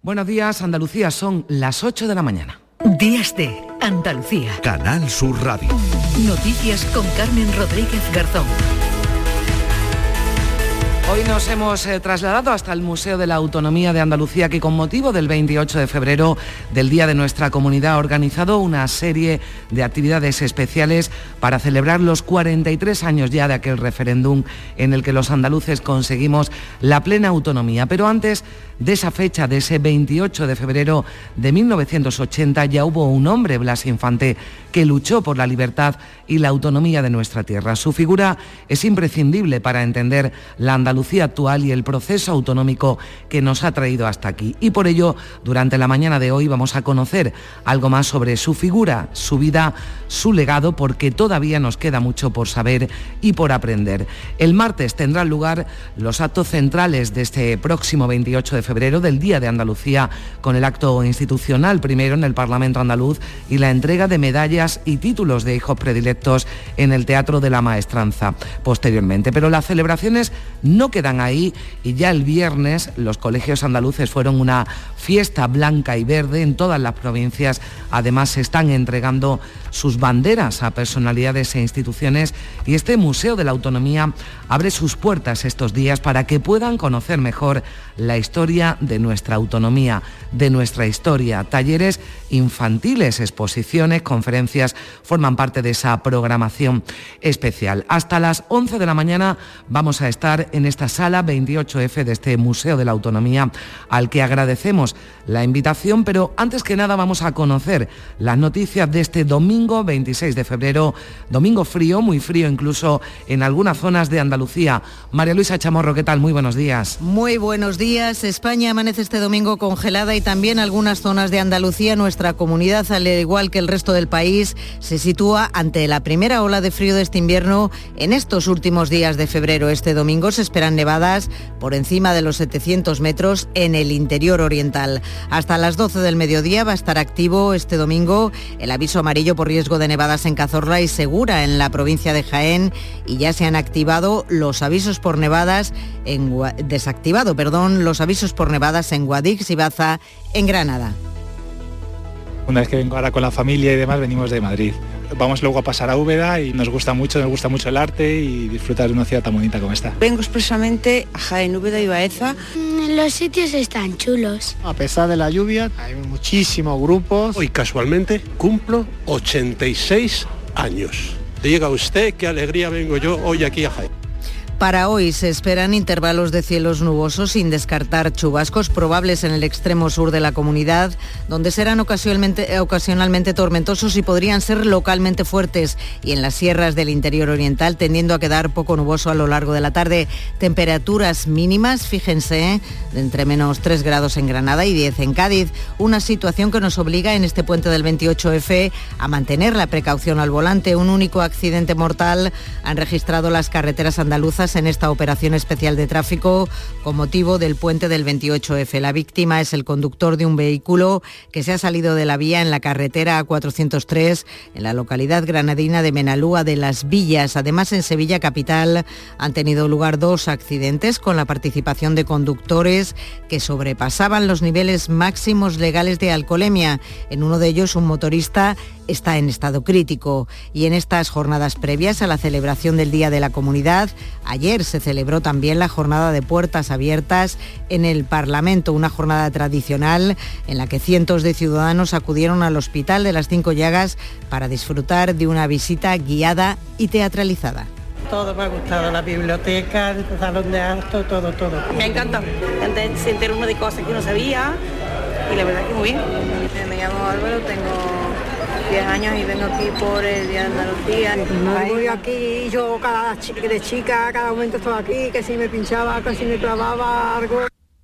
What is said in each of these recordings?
Buenos días, Andalucía, son las 8 de la mañana. Días de Andalucía. Canal Sur Radio. Noticias con Carmen Rodríguez Garzón. Hoy nos hemos trasladado hasta el Museo de la Autonomía de Andalucía, que con motivo del 28 de febrero, del Día de nuestra Comunidad, ha organizado una serie de actividades especiales para celebrar los 43 años ya de aquel referéndum en el que los andaluces conseguimos la plena autonomía. Pero antes de esa fecha, de ese 28 de febrero de 1980, ya hubo un hombre, Blas Infante, que luchó por la libertad y la autonomía de nuestra tierra. Su figura es imprescindible para entender la Andalucía actual y el proceso autonómico que nos ha traído hasta aquí. Y por ello, durante la mañana de hoy vamos a conocer algo más sobre su figura, su vida, su legado, porque todavía nos queda mucho por saber y por aprender. El martes tendrán lugar los actos centrales de este próximo 28 de febrero, del Día de Andalucía, con el acto institucional primero en el Parlamento andaluz y la entrega de medallas y títulos de hijos predilectos en el Teatro de la Maestranza posteriormente. Pero las celebraciones no quedan ahí y ya el viernes los colegios andaluces fueron una fiesta blanca y verde en todas las provincias. Además se están entregando sus banderas a personalidades e instituciones y este Museo de la Autonomía abre sus puertas estos días para que puedan conocer mejor la historia de nuestra autonomía, de nuestra historia. Talleres infantiles, exposiciones, conferencias forman parte de esa programación especial. Hasta las 11 de la mañana vamos a estar en esta sala 28F de este Museo de la Autonomía, al que agradecemos la invitación, pero antes que nada vamos a conocer las noticias de este domingo 26 de febrero, domingo frío, muy frío incluso en algunas zonas de Andalucía. María Luisa Chamorro, ¿qué tal? Muy buenos días. Muy buenos días. España amanece este domingo congelada y también algunas zonas de Andalucía. Nuestra comunidad, al igual que el resto del país, se sitúa ante la primera ola de frío de este invierno en estos últimos días de febrero. Este domingo se esperan nevadas por encima de los 700 metros en el interior oriental. Hasta las 12 del mediodía va a estar activo este domingo el aviso amarillo por riesgo de nevadas en Cazorla y Segura, en la provincia de Jaén, y ya se han activado los avisos por nevadas los avisos por nevadas en Guadix y Baza, en Granada. Una vez que vengo ahora con la familia y demás, venimos de Madrid. Vamos luego a pasar a Úbeda y nos gusta mucho el arte y disfrutar de una ciudad tan bonita como esta. Vengo expresamente a Jaén, Úbeda y Baeza. Los sitios están chulos. A pesar de la lluvia, hay muchísimos grupos. Hoy casualmente cumplo 86 años. Diga usted qué alegría vengo yo hoy aquí a Jaén. Para hoy se esperan intervalos de cielos nubosos, sin descartar chubascos probables en el extremo sur de la comunidad, donde serán ocasionalmente tormentosos y podrían ser localmente fuertes, y en las sierras del interior oriental tendiendo a quedar poco nuboso a lo largo de la tarde. Temperaturas mínimas, fíjense, de entre menos 3 grados en Granada y 10 en Cádiz, una situación que nos obliga en este puente del 28F a mantener la precaución al volante. Un único accidente mortal han registrado las carreteras andaluzas en esta operación especial de tráfico con motivo del puente del 28F. La víctima es el conductor de un vehículo que se ha salido de la vía en la carretera A403 en la localidad granadina de Menalúa de las Villas. Además, en Sevilla capital han tenido lugar 2 accidentes con la participación de conductores que sobrepasaban los niveles máximos legales de alcoholemia. En uno de ellos, un motorista está en estado crítico. Y en estas jornadas previas a la celebración del Día de la Comunidad, ayer se celebró también la jornada de puertas abiertas en el Parlamento, una jornada tradicional en la que cientos de ciudadanos acudieron al Hospital de las Cinco Llagas para disfrutar de una visita guiada y teatralizada. Todo me ha gustado, la biblioteca, el salón de acto, todo. Me encanta, antes se enteró uno de cosas que no sabía y la verdad que muy bien. Me llamo Álvaro, tengo 10 años y vengo aquí por el Día de Andalucía. Voy aquí, yo de chica, cada momento estoy aquí, que si me pinchaba, que si me clavaba algo.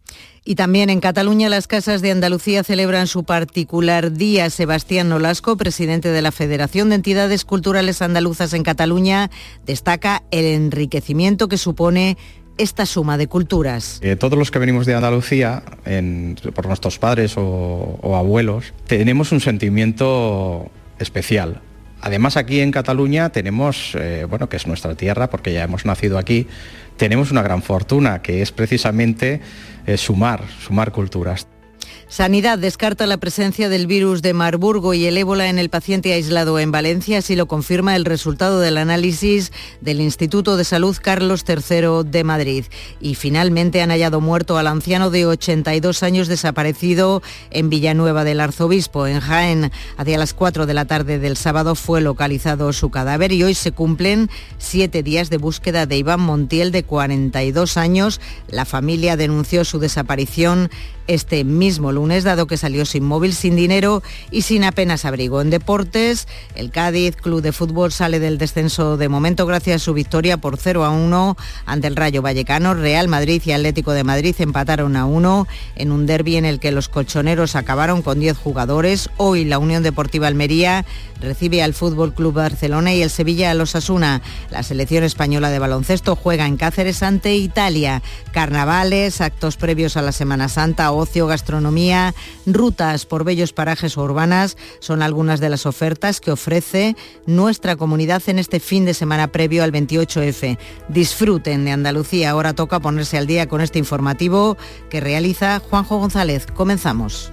Y también en Cataluña las casas de Andalucía celebran su particular día. Sebastián Nolasco, presidente de la Federación de Entidades Culturales Andaluzas en Cataluña, destaca el enriquecimiento que supone esta suma de culturas. Todos los que venimos de Andalucía, por nuestros padres o abuelos, tenemos un sentimiento especial. Además, aquí en Cataluña tenemos, que es nuestra tierra, porque ya hemos nacido aquí, tenemos una gran fortuna, que es precisamente sumar culturas. Sanidad descarta la presencia del virus de Marburgo y el ébola en el paciente aislado en Valencia, así lo confirma el resultado del análisis del Instituto de Salud Carlos III de Madrid. Y finalmente han hallado muerto al anciano de 82 años desaparecido en Villanueva del Arzobispo, en Jaén. Hacia las 4 de la tarde del sábado fue localizado su cadáver y hoy se cumplen 7 días de búsqueda de Iván Montiel, de 42 años. La familia denunció su desaparición este mismo lunes, dado que salió sin móvil, sin dinero y sin apenas abrigo. En deportes, el Cádiz Club de Fútbol sale del descenso de momento gracias a su victoria por 0-1 ante el Rayo Vallecano. Real Madrid y Atlético de Madrid empataron a 1 en un derbi en el que los colchoneros acabaron con 10 jugadores. Hoy la Unión Deportiva Almería recibe al Fútbol Club Barcelona y el Sevilla a los Osasuna. La selección española de baloncesto juega en Cáceres ante Italia. Carnavales, actos previos a la Semana Santa, ocio, gastronomía, rutas por bellos parajes o urbanas son algunas de las ofertas que ofrece nuestra comunidad en este fin de semana previo al 28F. Disfruten de Andalucía. Ahora toca ponerse al día con este informativo que realiza Juanjo González. Comenzamos.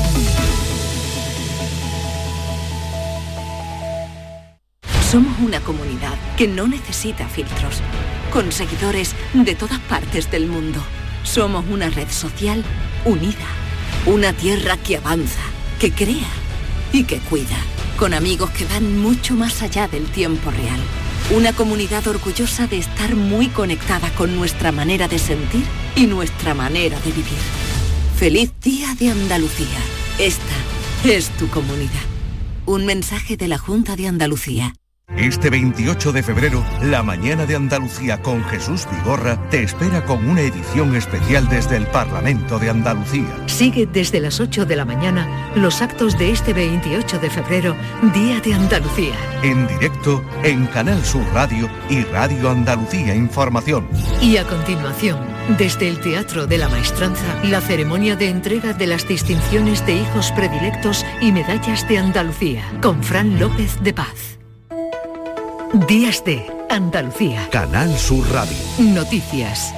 Somos una comunidad que no necesita filtros, con seguidores de todas partes del mundo. Somos una red social unida, una tierra que avanza, que crea y que cuida, con amigos que van mucho más allá del tiempo real. Una comunidad orgullosa de estar muy conectada con nuestra manera de sentir y nuestra manera de vivir. ¡Feliz Día de Andalucía! Esta es tu comunidad. Un mensaje de la Junta de Andalucía. Este 28 de febrero, la Mañana de Andalucía con Jesús Vigorra te espera con una edición especial desde el Parlamento de Andalucía. Sigue desde las 8 de la mañana los actos de este 28 de febrero, Día de Andalucía. En directo en Canal Sur Radio y Radio Andalucía Información. Y a continuación, desde el Teatro de la Maestranza, la ceremonia de entrega de las distinciones de hijos predilectos y medallas de Andalucía, con Fran López de Paz. Días de Andalucía. Canal Sur Radio. Noticias.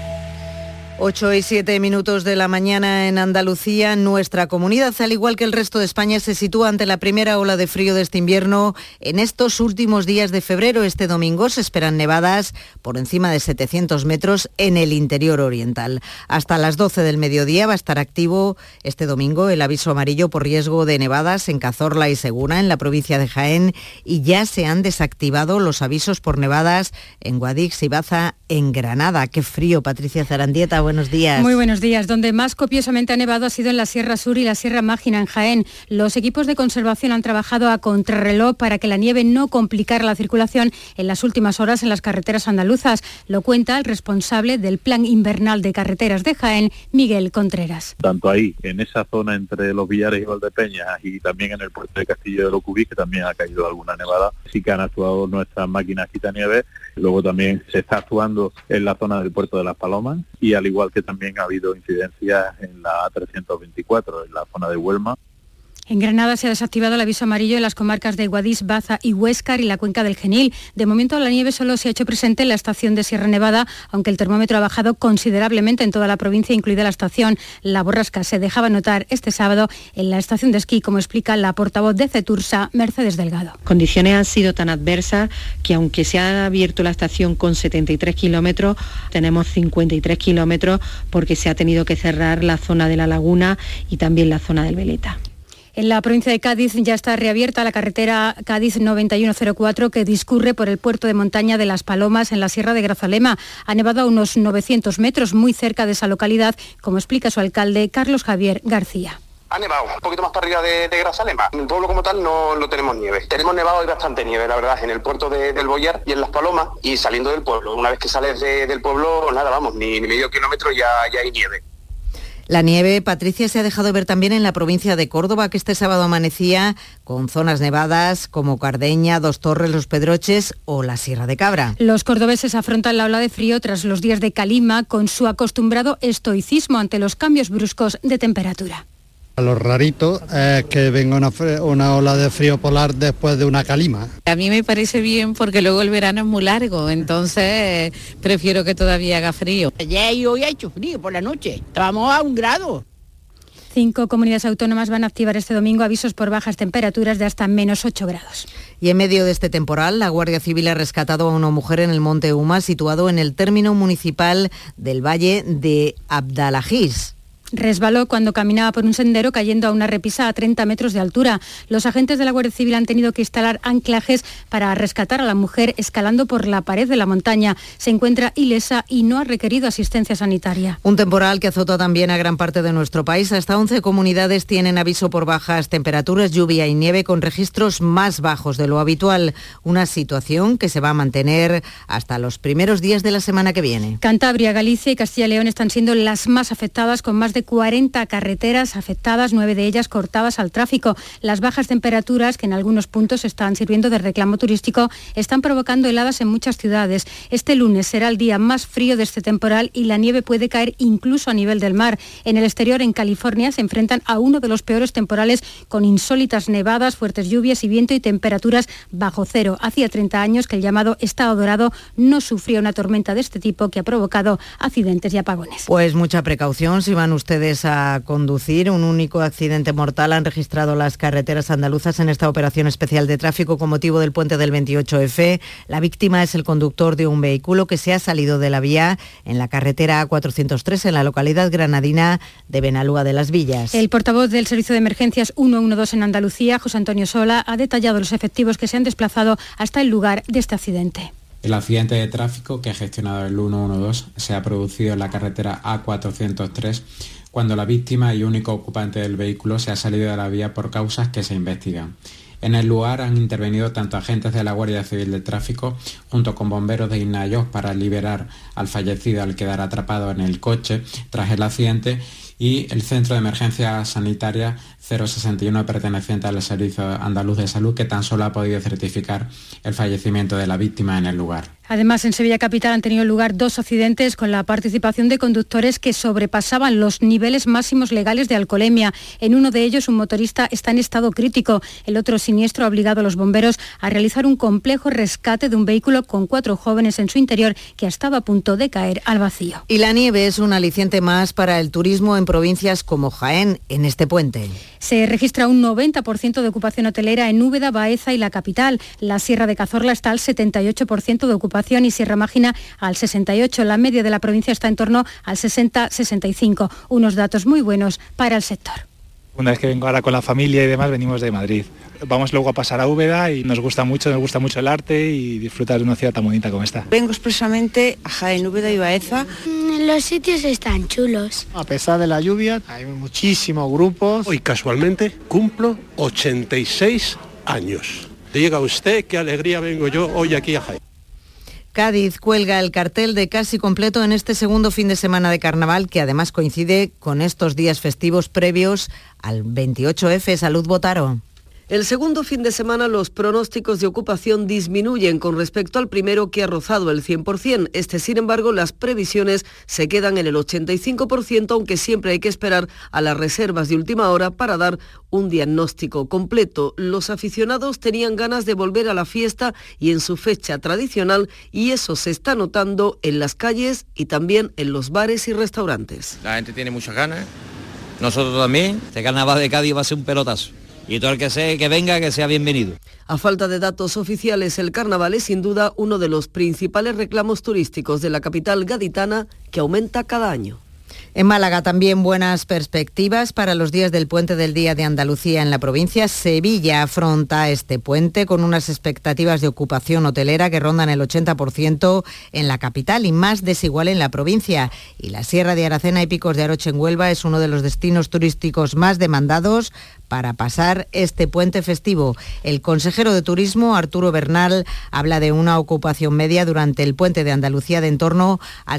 8:07 de la mañana en Andalucía. Nuestra comunidad, al igual que el resto de España, se sitúa ante la primera ola de frío de este invierno. En estos últimos días de febrero, este domingo, se esperan nevadas por encima de 700 metros en el interior oriental. Hasta las 12 del mediodía va a estar activo este domingo el aviso amarillo por riesgo de nevadas en Cazorla y Segura, en la provincia de Jaén, y ya se han desactivado los avisos por nevadas en Guadix y Baza, en Granada. ¡Qué frío! Patricia Zarandieta, buenos días. Muy buenos días. Donde más copiosamente ha nevado ha sido en la Sierra Sur y la Sierra Mágina, en Jaén. Los equipos de conservación han trabajado a contrarreloj para que la nieve no complicara la circulación en las últimas horas en las carreteras andaluzas. Lo cuenta el responsable del Plan Invernal de Carreteras de Jaén, Miguel Contreras. Tanto ahí, en esa zona entre Los Villares y Valdepeñas, y también en el puerto de Castillo de Locubí, que también ha caído alguna nevada, sí que han actuado nuestras máquinas quitanieves. Luego también se está actuando en la zona del puerto de Las Palomas, y al igual que también ha habido incidencias en la A324, en la zona de Huelma. En Granada se ha desactivado el aviso amarillo en las comarcas de Guadix, Baza y Huéscar y la cuenca del Genil. De momento la nieve solo se ha hecho presente en la estación de Sierra Nevada, aunque el termómetro ha bajado considerablemente en toda la provincia, incluida la estación. La borrasca se dejaba notar este sábado en la estación de esquí, como explica la portavoz de Cetursa, Mercedes Delgado. Condiciones han sido tan adversas que aunque se ha abierto la estación con 73 kilómetros, tenemos 53 kilómetros porque se ha tenido que cerrar la zona de la laguna y también la zona del Veleta. En la provincia de Cádiz ya está reabierta la carretera Cádiz 9104 que discurre por el puerto de montaña de Las Palomas en la Sierra de Grazalema. Ha nevado a unos 900 metros muy cerca de esa localidad, como explica su alcalde Carlos Javier García. Ha nevado un poquito más para arriba de Grazalema. En el pueblo como tal no tenemos nieve. Tenemos nevado y bastante nieve, la verdad, en el puerto del Boyar y en Las Palomas, y saliendo del pueblo. Una vez que sales del pueblo, nada, vamos, ni medio kilómetro ya hay nieve. La nieve, Patricia, se ha dejado ver también en la provincia de Córdoba, que este sábado amanecía con zonas nevadas como Cardeña, Dos Torres, Los Pedroches o la Sierra de Cabra. Los cordobeses afrontan la ola de frío tras los días de calima con su acostumbrado estoicismo ante los cambios bruscos de temperatura. Lo rarito es que venga una ola de frío polar después de una calima. A mí me parece bien porque luego el verano es muy largo, entonces prefiero que todavía haga frío. Ayer y hoy ha hecho frío por la noche, estábamos a 1 grado. 5 comunidades autónomas van a activar este domingo avisos por bajas temperaturas de hasta -8 grados. Y en medio de este temporal, la Guardia Civil ha rescatado a una mujer en el Monte Uma, situado en el término municipal del Valle de Abdalajís. Resbaló cuando caminaba por un sendero, cayendo a una repisa a 30 metros de altura. Los agentes de la Guardia Civil han tenido que instalar anclajes para rescatar a la mujer escalando por la pared de la montaña. Se encuentra ilesa y no ha requerido asistencia sanitaria. Un temporal que azota también a gran parte de nuestro país. Hasta 11 comunidades tienen aviso por bajas temperaturas, lluvia y nieve, con registros más bajos de lo habitual. Una situación que se va a mantener hasta los primeros días de la semana que viene. Cantabria, Galicia y Castilla y León están siendo las más afectadas, con más de 40 carreteras afectadas, 9 de ellas cortadas al tráfico. Las bajas temperaturas, que en algunos puntos están sirviendo de reclamo turístico, están provocando heladas en muchas ciudades. Este lunes será el día más frío de este temporal y la nieve puede caer incluso a nivel del mar. En el exterior, en California, se enfrentan a uno de los peores temporales, con insólitas nevadas, fuertes lluvias y viento y temperaturas bajo cero. Hacía 30 años que el llamado Estado Dorado no sufría una tormenta de este tipo, que ha provocado accidentes y apagones. Pues mucha precaución si van ustedes a conducir. Un único accidente mortal han registrado las carreteras andaluzas en esta operación especial de tráfico con motivo del puente del 28F. La víctima es el conductor de un vehículo que se ha salido de la vía en la carretera A403 en la localidad granadina de Benalúa de las Villas. El portavoz del Servicio de Emergencias 112 en Andalucía, José Antonio Sola, ha detallado los efectivos que se han desplazado hasta el lugar de este accidente. El accidente de tráfico que ha gestionado el 112 se ha producido en la carretera A403 cuando la víctima y único ocupante del vehículo se ha salido de la vía por causas que se investigan. En el lugar han intervenido tanto agentes de la Guardia Civil de Tráfico junto con bomberos de Innayoz para liberar al fallecido al quedar atrapado en el coche tras el accidente, y el Centro de Emergencia Sanitaria 061 perteneciente al Servicio Andaluz de Salud, que tan solo ha podido certificar el fallecimiento de la víctima en el lugar. Además, en Sevilla Capital han tenido lugar 2 accidentes con la participación de conductores que sobrepasaban los niveles máximos legales de alcoholemia. En uno de ellos, un motorista está en estado crítico. El otro siniestro ha obligado a los bomberos a realizar un complejo rescate de un vehículo con 4 jóvenes en su interior que estaba a punto de caer al vacío. Y la nieve es un aliciente más para el turismo en provincias como Jaén en este puente. Se registra un 90% de ocupación hotelera en Úbeda, Baeza y la capital. La Sierra de Cazorla está al 78% de ocupación y Sierra Mágina al 68%. La media de la provincia está en torno al 60-65%. Unos datos muy buenos para el sector. Una vez que vengo ahora con la familia y demás, venimos de Madrid. Vamos luego a pasar a Úbeda y nos gusta mucho el arte y disfrutar de una ciudad tan bonita como esta. Vengo expresamente a Jaén, Úbeda y Baeza. Los sitios están chulos. A pesar de la lluvia, hay muchísimos grupos. Hoy casualmente cumplo 86 años. Diga usted qué alegría vengo yo hoy aquí a Jaén. Cádiz cuelga el cartel de casi completo en este segundo fin de semana de carnaval, que además coincide con estos días festivos previos al 28F. Salud, Botaro. El segundo fin de semana los pronósticos de ocupación disminuyen con respecto al primero, que ha rozado el 100%. Sin embargo, las previsiones se quedan en el 85%, aunque siempre hay que esperar a las reservas de última hora para dar un diagnóstico completo. Los aficionados tenían ganas de volver a la fiesta y en su fecha tradicional, y eso se está notando en las calles y también en los bares y restaurantes. La gente tiene muchas ganas, nosotros también. Este carnaval de Cádiz va a ser un pelotazo. Y todo el que venga, que sea bienvenido. A falta de datos oficiales, el carnaval es sin duda uno de los principales reclamos turísticos de la capital gaditana, que aumenta cada año. En Málaga también buenas perspectivas para los días del puente del Día de Andalucía en la provincia. Sevilla afronta este puente con unas expectativas de ocupación hotelera que rondan el 80% en la capital y más desigual en la provincia. Y la Sierra de Aracena y Picos de Aroche en Huelva es uno de los destinos turísticos más demandados para pasar este puente festivo. El consejero de Turismo, Arturo Bernal, habla de una ocupación media durante el puente de Andalucía de en torno al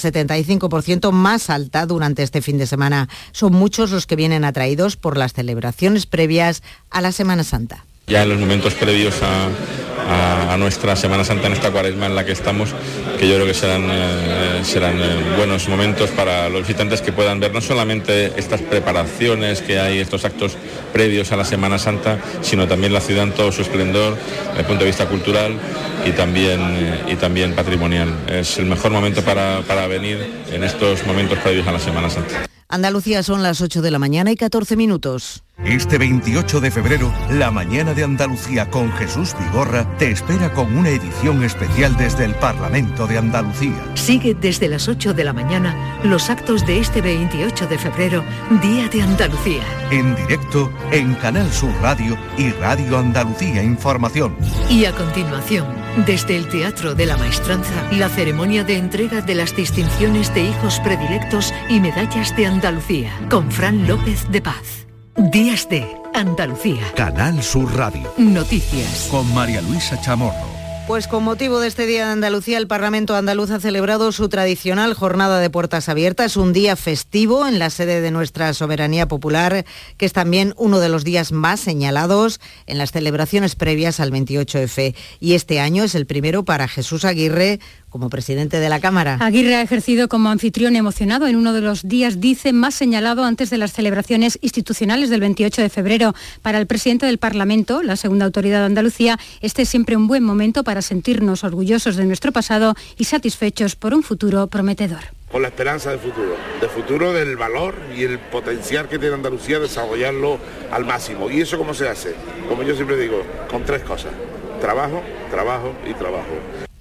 70-75%, más alta durante este fin de semana. Son muchos los que vienen atraídos por las celebraciones previas a la Semana Santa. Ya en los momentos previos a nuestra Semana Santa, en esta cuaresma en la que estamos, que yo creo que serán buenos momentos para los visitantes, que puedan ver no solamente estas preparaciones que hay, estos actos previos a la Semana Santa, sino también la ciudad en todo su esplendor, desde el punto de vista cultural y también patrimonial. Es el mejor momento para venir en estos momentos previos a la Semana Santa. Andalucía, son las 8 de la mañana y 14 minutos. Este 28 de febrero, la mañana de Andalucía con Jesús Vigorra te espera con una edición especial desde el Parlamento de Andalucía. Sigue desde las 8 de la mañana los actos de este 28 de febrero, Día de Andalucía. En directo en Canal Sur Radio y Radio Andalucía Información. Y a continuación, desde el Teatro de la Maestranza, la ceremonia de entrega de las distinciones de hijos predilectos y medallas de Andalucía, con Fran López de Paz. Días de Andalucía. Canal Sur Radio. Noticias. Con María Luisa Chamorro. Pues con motivo de este Día de Andalucía, el Parlamento andaluz ha celebrado su tradicional jornada de puertas abiertas, un día festivo en la sede de nuestra soberanía popular, que es también uno de los días más señalados en las celebraciones previas al 28F. Y este año es el primero para Jesús Aguirre como presidente de la Cámara. Aguirre ha ejercido como anfitrión emocionado en uno de los días, dice, más señalado antes de las celebraciones institucionales del 28 de febrero. Para el presidente del Parlamento, la segunda autoridad de Andalucía, este es siempre un buen momento para sentirnos orgullosos de nuestro pasado y satisfechos por un futuro prometedor. Con la esperanza de futuro del valor y el potencial que tiene Andalucía, desarrollarlo al máximo. ¿Y eso cómo se hace? Como yo siempre digo, con tres cosas: trabajo, trabajo y trabajo.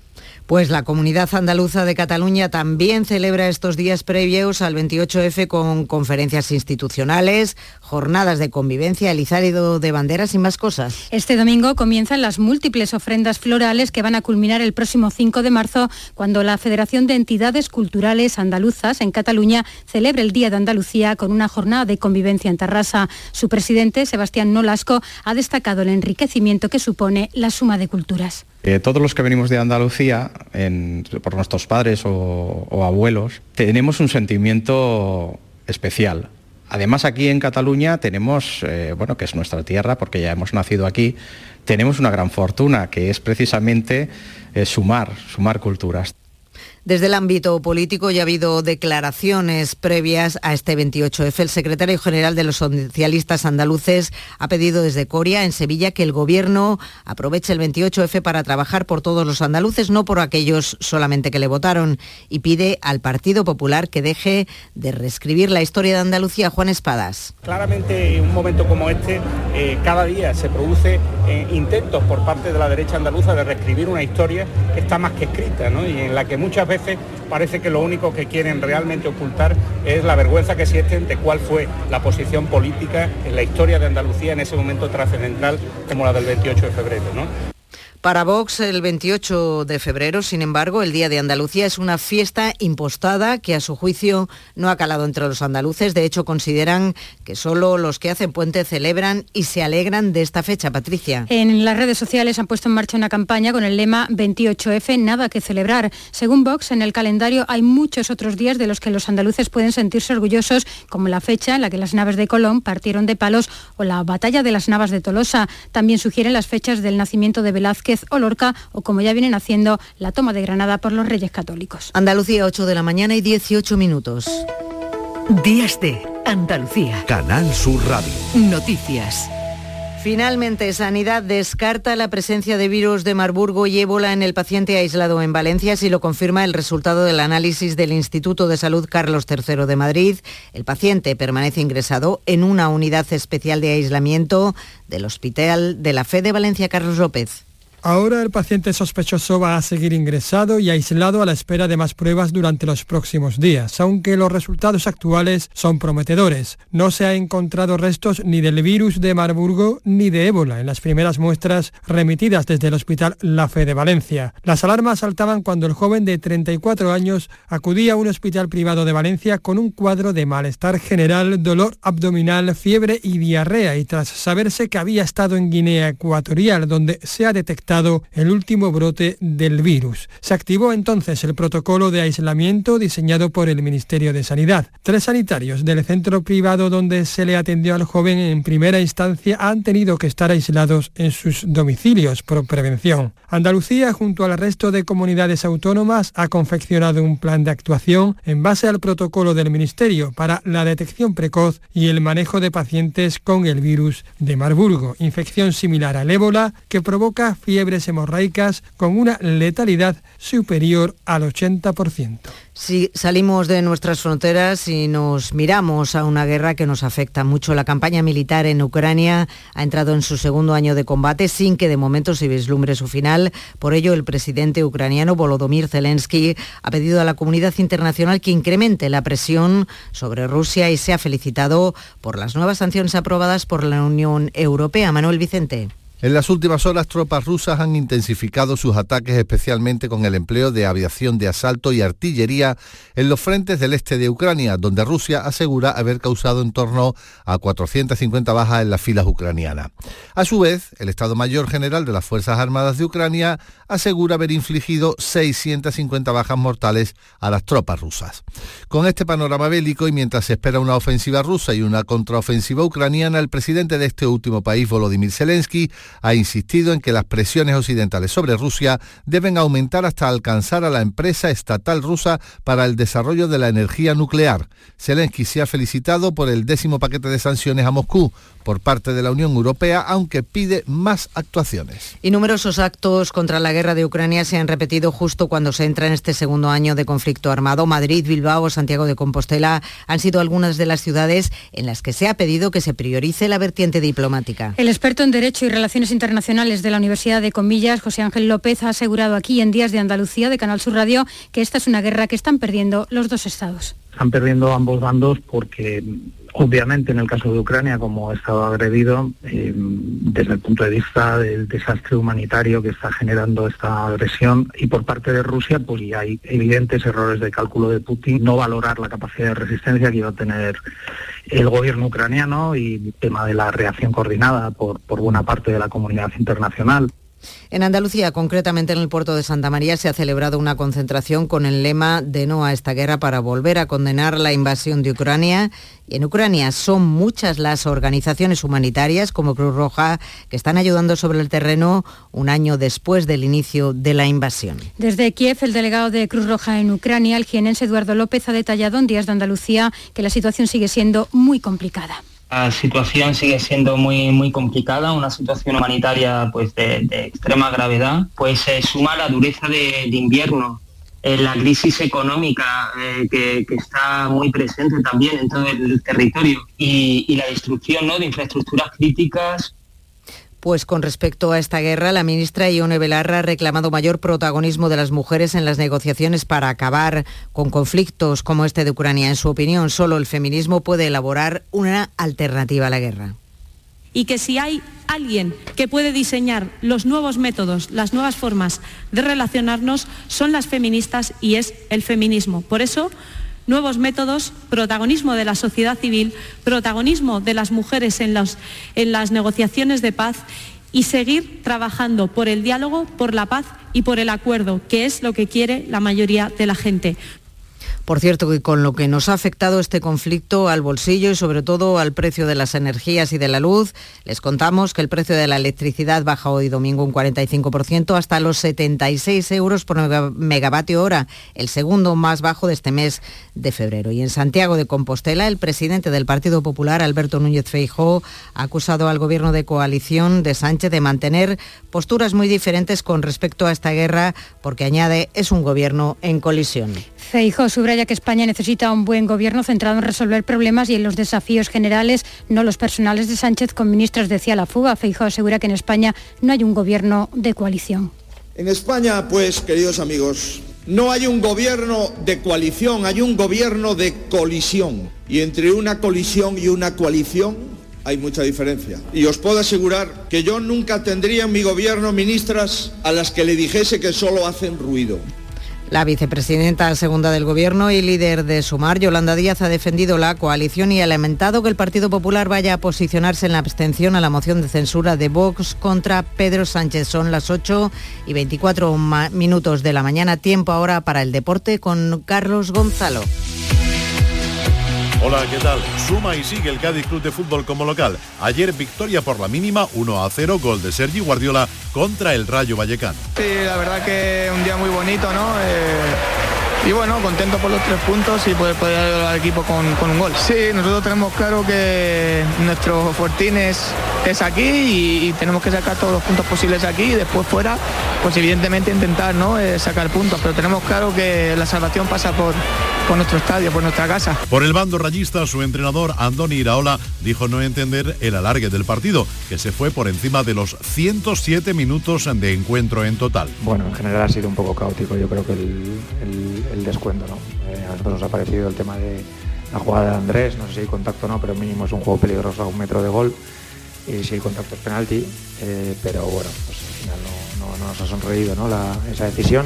Pues la Comunidad Andaluza de Cataluña también celebra estos días previos al 28F con conferencias institucionales, jornadas de convivencia, el izárido de banderas y más cosas. Este domingo comienzan las múltiples ofrendas florales que van a culminar el próximo 5 de marzo, cuando la Federación de Entidades Culturales Andaluzas en Cataluña celebre el Día de Andalucía con una jornada de convivencia en Tarrasa. Su presidente, Sebastián Nolasco, ha destacado el enriquecimiento que supone la suma de culturas. Todos los que venimos de Andalucía, por nuestros padres o abuelos, tenemos un sentimiento especial. Además, aquí en Cataluña tenemos, que es nuestra tierra, porque ya hemos nacido aquí, tenemos una gran fortuna, que es precisamente sumar culturas. Desde el ámbito político ya ha habido declaraciones previas a este 28F. El secretario general de los socialistas andaluces ha pedido desde Coria, en Sevilla, que el Gobierno aproveche el 28F para trabajar por todos los andaluces, no por aquellos solamente que le votaron, y pide al Partido Popular que deje de reescribir la historia de Andalucía. Juan Espadas. Claramente, en un momento como este, cada día se produce intentos por parte de la derecha andaluza de reescribir una historia que está más que escrita, ¿no? Y en la que muchas veces parece que lo único que quieren realmente ocultar es la vergüenza que sienten de cuál fue la posición política en la historia de Andalucía en ese momento trascendental como la del 28 de febrero, ¿no? Para Vox, el 28 de febrero, sin embargo, el Día de Andalucía es una fiesta impostada que a su juicio no ha calado entre los andaluces. De hecho, consideran que solo los que hacen puente celebran y se alegran de esta fecha. Patricia. En las redes sociales han puesto en marcha una campaña con el lema 28F, nada que celebrar. Según Vox, en el calendario hay muchos otros días de los que los andaluces pueden sentirse orgullosos, como la fecha en la que las naves de Colón partieron de Palos o la batalla de las Navas de Tolosa. También sugieren las fechas del nacimiento de Velázquez o Lorca, o como ya vienen haciendo, la toma de Granada por los Reyes Católicos. Andalucía, 8 de la mañana y 18 minutos. Días de Andalucía. Canal Sur Radio. Noticias. Finalmente, Sanidad descarta la presencia de virus de Marburgo y ébola en el paciente aislado en Valencia, así lo confirma el resultado del análisis del Instituto de Salud Carlos III de Madrid. El paciente permanece ingresado en una unidad especial de aislamiento del Hospital de la Fe de Valencia. Carlos López. Ahora el paciente sospechoso va a seguir ingresado y aislado a la espera de más pruebas durante los próximos días, aunque los resultados actuales son prometedores. No se ha encontrado restos ni del virus de Marburgo ni de ébola en las primeras muestras remitidas desde el Hospital La Fe de Valencia. Las alarmas saltaban cuando el joven de 34 años acudía a un hospital privado de Valencia con un cuadro de malestar general, dolor abdominal, fiebre y diarrea, y tras saberse que había estado en Guinea Ecuatorial, donde se ha detectado el último brote del virus. Se activó entonces el protocolo de aislamiento diseñado por el Ministerio de Sanidad. 3 sanitarios del centro privado donde se le atendió al joven en primera instancia han tenido que estar aislados en sus domicilios por prevención. Andalucía, junto al resto de comunidades autónomas, ha confeccionado un plan de actuación en base al protocolo del Ministerio para la detección precoz y el manejo de pacientes con el virus de Marburgo, infección similar al ébola que provoca fiebre fiebres hemorraicas con una letalidad superior al 80%. Si salimos de nuestras fronteras y nos miramos a una guerra que nos afecta mucho, la campaña militar en Ucrania ha entrado en su segundo año de combate sin que de momento se vislumbre su final. Por ello, el presidente ucraniano Volodymyr Zelensky ha pedido a la comunidad internacional que incremente la presión sobre Rusia y se ha felicitado por las nuevas sanciones aprobadas por la Unión Europea. Manuel Vicente. En las últimas horas, tropas rusas han intensificado sus ataques, especialmente con el empleo de aviación de asalto y artillería en los frentes del este de Ucrania, donde Rusia asegura haber causado en torno a 450 bajas en las filas ucranianas. A su vez, el Estado Mayor General de las Fuerzas Armadas de Ucrania asegura haber infligido 650 bajas mortales a las tropas rusas. Con este panorama bélico y mientras se espera una ofensiva rusa y una contraofensiva ucraniana, el presidente de este último país, Volodymyr Zelensky, ha insistido en que las presiones occidentales sobre Rusia deben aumentar hasta alcanzar a la empresa estatal rusa para el desarrollo de la energía nuclear. Zelensky se ha felicitado por el 10º paquete de sanciones a Moscú por parte de la Unión Europea, aunque pide más actuaciones. Y numerosos actos contra la guerra de Ucrania se han repetido justo cuando se entra en este segundo año de conflicto armado. Madrid, Bilbao, Santiago de Compostela han sido algunas de las ciudades en las que se ha pedido que se priorice la vertiente diplomática. El experto en Derecho y Relaciones Internacionales de la Universidad de Comillas, José Ángel López, ha asegurado aquí en Días de Andalucía de Canal Sur Radio que esta es una guerra que están perdiendo los dos estados. Están perdiendo ambos bandos porque obviamente en el caso de Ucrania, como Estado agredido, desde el punto de vista del desastre humanitario que está generando esta agresión, y por parte de Rusia, pues ya hay evidentes errores de cálculo de Putin, no valorar la capacidad de resistencia que iba a tener el gobierno ucraniano y el tema de la reacción coordinada por buena parte de la comunidad internacional. En Andalucía, concretamente en el puerto de Santa María, se ha celebrado una concentración con el lema de no a esta guerra para volver a condenar la invasión de Ucrania. Y en Ucrania son muchas las organizaciones humanitarias como Cruz Roja que están ayudando sobre el terreno un año después del inicio de la invasión. Desde Kiev, el delegado de Cruz Roja en Ucrania, el jienense Eduardo López, ha detallado en Días de Andalucía que la situación sigue siendo muy complicada. La situación sigue siendo muy complicada, una situación humanitaria pues de extrema gravedad, pues se suma la dureza de invierno, la crisis económica que está muy presente también en todo el territorio y la destrucción, ¿no?, de infraestructuras críticas. Pues con respecto a esta guerra, la ministra Ione Belarra ha reclamado mayor protagonismo de las mujeres en las negociaciones para acabar con conflictos como este de Ucrania. En su opinión, solo el feminismo puede elaborar una alternativa a la guerra. Y que si hay alguien que puede diseñar los nuevos métodos, las nuevas formas de relacionarnos, son las feministas y es el feminismo. Por eso, nuevos métodos, protagonismo de la sociedad civil, protagonismo de las mujeres en las negociaciones de paz y seguir trabajando por el diálogo, por la paz y por el acuerdo, que es lo que quiere la mayoría de la gente. Por cierto, que con lo que nos ha afectado este conflicto al bolsillo y sobre todo al precio de las energías y de la luz, les contamos que el precio de la electricidad baja hoy domingo un 45% hasta los 76 euros por megavatio hora, el segundo más bajo de este mes de febrero. Y en Santiago de Compostela, el presidente del Partido Popular, Alberto Núñez Feijóo, ha acusado al gobierno de coalición de Sánchez de mantener posturas muy diferentes con respecto a esta guerra, porque añade, es un gobierno en colisión. Feijóo subraya que España necesita un buen gobierno centrado en resolver problemas y en los desafíos generales, no los personales de Sánchez con ministros decía la fuga. Feijóo asegura que en España no hay un gobierno de coalición. En España, pues, queridos amigos, no hay un gobierno de coalición, hay un gobierno de colisión. Y entre una colisión y una coalición hay mucha diferencia. Y os puedo asegurar que yo nunca tendría en mi gobierno ministras a las que le dijese que solo hacen ruido. La vicepresidenta segunda del Gobierno y líder de Sumar, Yolanda Díaz, ha defendido la coalición y ha lamentado que el Partido Popular vaya a posicionarse en la abstención a la moción de censura de Vox contra Pedro Sánchez. Son las 8:24 de la mañana, tiempo ahora para el deporte con Carlos Gonzalo. Hola, ¿qué tal? Suma y sigue el Cádiz Club de Fútbol como local. Ayer victoria por la mínima, 1-0, gol de Sergi Guardiola contra el Rayo Vallecano. Sí, la verdad que un día muy bonito, ¿no? Y bueno, contento por los 3 puntos y poder ayudar al equipo con un gol. Sí, nosotros tenemos claro que nuestro fortín es aquí y tenemos que sacar todos los puntos posibles aquí y después fuera, pues evidentemente intentar, ¿no?, sacar puntos, pero tenemos claro que la salvación pasa por nuestro estadio, por nuestra casa. Por el bando rayista, su entrenador Andoni Iraola dijo no entender el alargue del partido, que se fue por encima de los 107 minutos de encuentro en total. Bueno, en general ha sido un poco caótico, yo creo que el descuento, ¿no? A nosotros nos ha parecido el tema de la jugada de Andrés, no sé si hay contacto o no, pero mínimo es un juego peligroso a 1 metro de gol, y si hay contacto es penalti, pero bueno, pues al final no nos ha sonreído, ¿no?, esa decisión,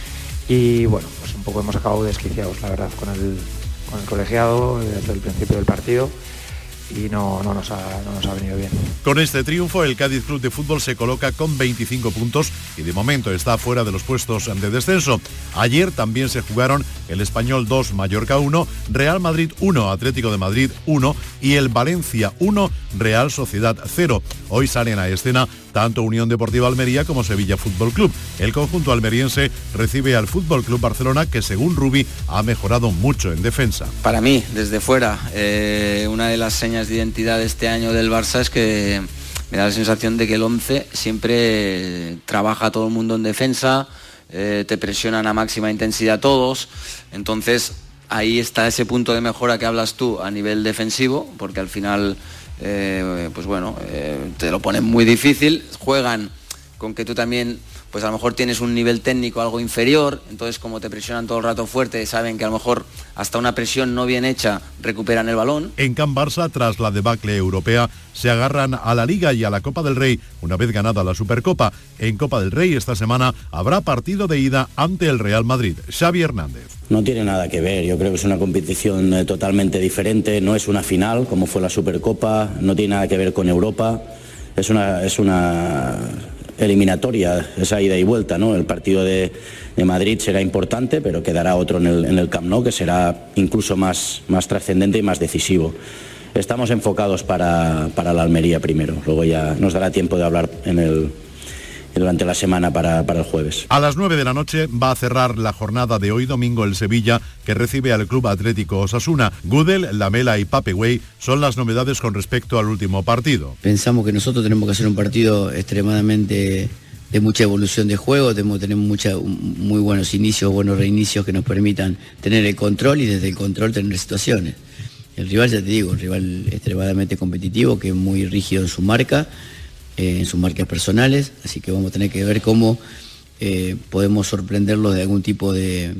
y bueno, pues un poco hemos acabado desquiciados, la verdad, con el colegiado desde el principio del partido. Y no nos ha venido bien. Con este triunfo, el Cádiz Club de Fútbol se coloca con 25 puntos y de momento está fuera de los puestos de descenso. Ayer también se jugaron el Español 2, Mallorca 1, Real Madrid 1, Atlético de Madrid 1 y el Valencia 1, Real Sociedad 0. Hoy salen a escena tanto Unión Deportiva Almería como Sevilla Fútbol Club. El conjunto almeriense recibe al Fútbol Club Barcelona, que según Rubi ha mejorado mucho en defensa. Para mí, desde fuera, una de las señas de identidad de este año del Barça es que me da la sensación de que el 11 siempre trabaja todo el mundo en defensa, te presionan a máxima intensidad todos, entonces ahí está ese punto de mejora que hablas tú a nivel defensivo, porque al final pues bueno, te lo ponen muy difícil, juegan con que tú también pues a lo mejor tienes un nivel técnico algo inferior, entonces como te presionan todo el rato fuerte, saben que a lo mejor hasta una presión no bien hecha recuperan el balón. En Can Barça, tras la debacle europea, se agarran a la Liga y a la Copa del Rey, una vez ganada la Supercopa. En Copa del Rey esta semana habrá partido de ida ante el Real Madrid. Xavi Hernández. No tiene nada que ver, yo creo que es una competición totalmente diferente, no es una final como fue la Supercopa, no tiene nada que ver con Europa, es una eliminatoria, esa ida y vuelta, ¿no? El partido de Madrid será importante, pero quedará otro en el Camp Nou que será incluso más trascendente y más decisivo. Estamos enfocados para la Almería primero, luego ya nos dará tiempo de hablar durante la semana para el jueves. A las 9 de la noche va a cerrar la jornada de hoy domingo el Sevilla, que recibe al Club Atlético Osasuna. Gudel, Lamela y Pape Güey son las novedades con respecto al último partido. Pensamos que nosotros tenemos que hacer un partido extremadamente de mucha evolución de juego, tenemos que tener muy buenos inicios, buenos reinicios que nos permitan tener el control y desde el control tener situaciones. El rival, ya te digo, un rival extremadamente competitivo, que es muy rígido en su marca, en sus marcas personales, así que vamos a tener que ver cómo podemos sorprenderlos de algún tipo de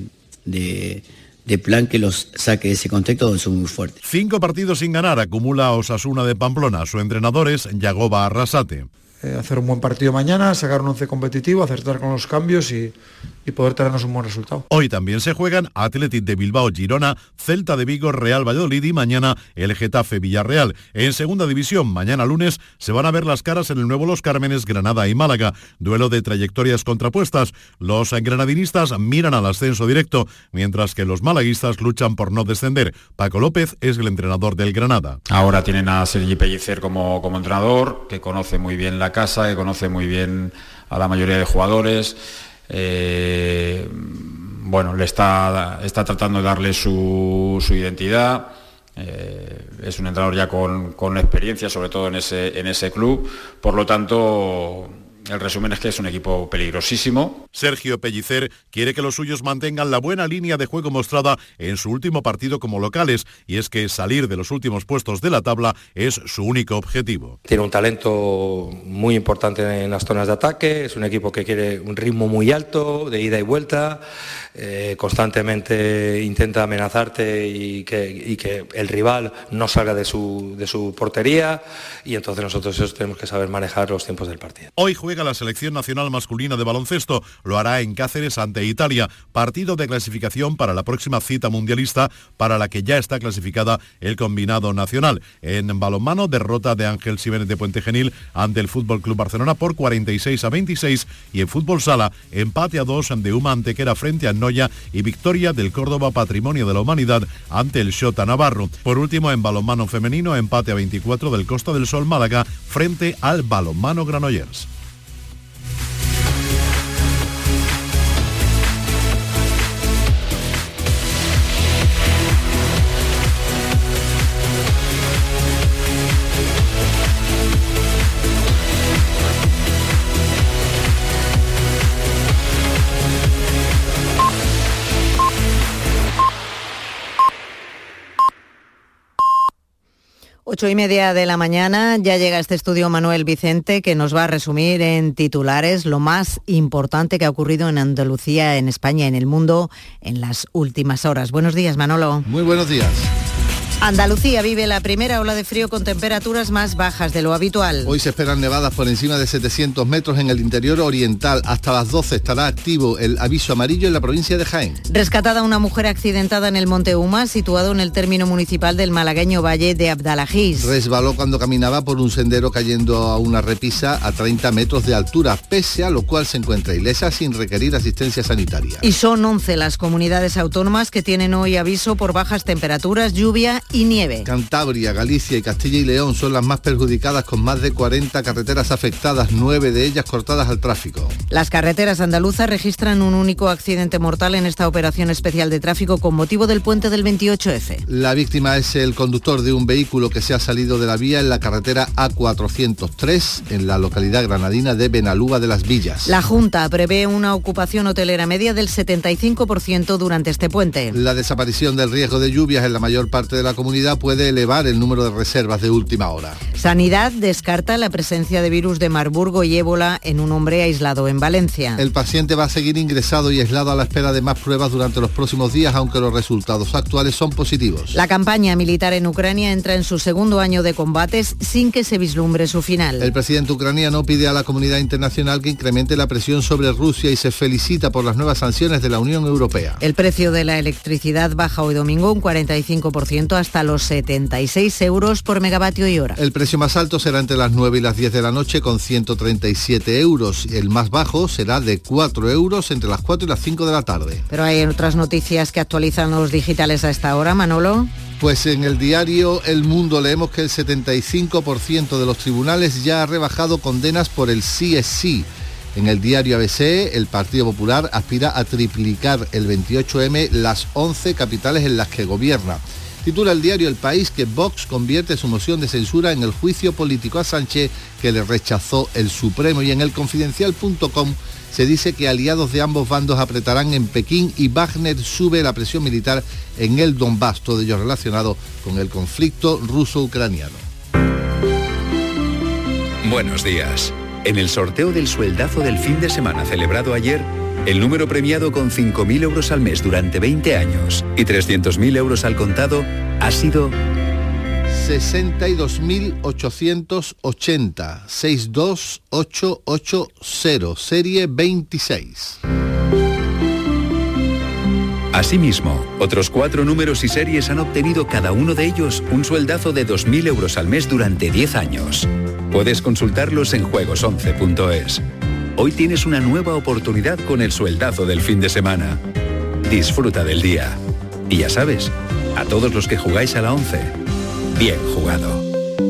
plan que los saque de ese contexto donde son muy fuertes. 5 partidos sin ganar acumula Osasuna de Pamplona. Su entrenador es Yagoba Arrasate. Hacer un buen partido mañana, sacar un 11 competitivo, acertar con los cambios y poder traernos un buen resultado. Hoy también se juegan Athletic de Bilbao Girona, Celta de Vigo Real Valladolid y mañana el Getafe Villarreal. En segunda división, mañana lunes, se van a ver las caras en el nuevo Los Cármenes, Granada y Málaga. Duelo de trayectorias contrapuestas. Los granadinistas miran al ascenso directo, mientras que los malaguistas luchan por no descender. Paco López es el entrenador del Granada. Ahora tienen a Sergi Pellicer como entrenador, que conoce muy bien la casa, que conoce muy bien a la mayoría de jugadores. Bueno, le está tratando de darle su identidad. Es un entrenador ya con experiencia, sobre todo en ese club. Por lo tanto, el resumen es que es un equipo peligrosísimo. Sergio Pellicer quiere que los suyos mantengan la buena línea de juego mostrada en su último partido como locales, y es que salir de los últimos puestos de la tabla es su único objetivo. Tiene un talento muy importante en las zonas de ataque, es un equipo que quiere un ritmo muy alto, de ida y vuelta, constantemente intenta amenazarte y que el rival no salga de su portería, y entonces nosotros tenemos que saber manejar los tiempos del partido. Hoy juega la selección nacional masculina de baloncesto, lo hará en Cáceres ante Italia, partido de clasificación para la próxima cita mundialista, para la que ya está clasificada el combinado nacional. En balonmano, derrota de Ángel Siménez de Puente Genil ante el Fútbol Club Barcelona por 46-26, y en fútbol sala, empate a 2 de Uma Antequera frente a Noya y victoria del Córdoba Patrimonio de la Humanidad ante el Xota Navarro. Por último, en balonmano femenino, empate a 24 del Costa del Sol Málaga frente al balonmano Granollers. 8:30 de la mañana, ya llega a este estudio Manuel Vicente, que nos va a resumir en titulares lo más importante que ha ocurrido en Andalucía, en España, en el mundo en las últimas horas. Buenos días, Manolo. Muy buenos días. Andalucía vive la primera ola de frío con temperaturas más bajas de lo habitual. Hoy se esperan nevadas por encima de 700 metros en el interior oriental. Hasta las 12 estará activo el aviso amarillo en la provincia de Jaén. Rescatada una mujer accidentada en el Monte Uma, situado en el término municipal del malagueño Valle de Abdalajís. Resbaló cuando caminaba por un sendero cayendo a una repisa a 30 metros de altura, pese a lo cual se encuentra ilesa sin requerir asistencia sanitaria. Y son 11 las comunidades autónomas que tienen hoy aviso por bajas temperaturas, lluvia y nieve. Cantabria, Galicia y Castilla y León son las más perjudicadas, con más de 40 carreteras afectadas, 9 de ellas cortadas al tráfico. Las carreteras andaluzas registran un único accidente mortal en esta operación especial de tráfico con motivo del puente del 28F. La víctima es el conductor de un vehículo que se ha salido de la vía en la carretera A403 en la localidad granadina de Benalúa de las Villas. La Junta prevé una ocupación hotelera media del 75% durante este puente. La desaparición del riesgo de lluvias en la mayor parte de la comunidad puede elevar el número de reservas de última hora. Sanidad descarta la presencia de virus de Marburgo y ébola en un hombre aislado en Valencia. El paciente va a seguir ingresado y aislado a la espera de más pruebas durante los próximos días, aunque los resultados actuales son positivos. La campaña militar en Ucrania entra en su segundo año de combates sin que se vislumbre su final. El presidente ucraniano pide a la comunidad internacional que incremente la presión sobre Rusia y se felicita por las nuevas sanciones de la Unión Europea. El precio de la electricidad baja hoy domingo un 45% hasta los 76 euros por megavatio y hora. El precio más alto será entre las 9 y las 10 de la noche con 137 euros. El más bajo será de 4 euros entre las 4 y las 5 de la tarde. Pero hay otras noticias que actualizan los digitales a esta hora, Manolo. Pues en el diario El Mundo leemos que el 75% de los tribunales ya ha rebajado condenas por el sí es sí. En el diario ABC, el Partido Popular aspira a triplicar el 28M las 11 capitales en las que gobierna. Titula el diario El País que Vox convierte su moción de censura en el juicio político a Sánchez que le rechazó el Supremo, y en el Confidencial.com se dice que aliados de ambos bandos apretarán en Pekín y Wagner sube la presión militar en el Donbass, todo ello relacionado con el conflicto ruso-ucraniano. Buenos días. En el sorteo del sueldazo del fin de semana celebrado ayer, el número premiado con 5.000 euros al mes durante 20 años y 300.000 euros al contado ha sido 62.880, 62880, serie 26. Asimismo, otros 4 números y series han obtenido cada uno de ellos un sueldazo de 2.000 euros al mes durante 10 años. Puedes consultarlos en juegos11.es. Hoy tienes una nueva oportunidad con el sueldazo del fin de semana. Disfruta del día. Y ya sabes, a todos los que jugáis a la 11, bien jugado.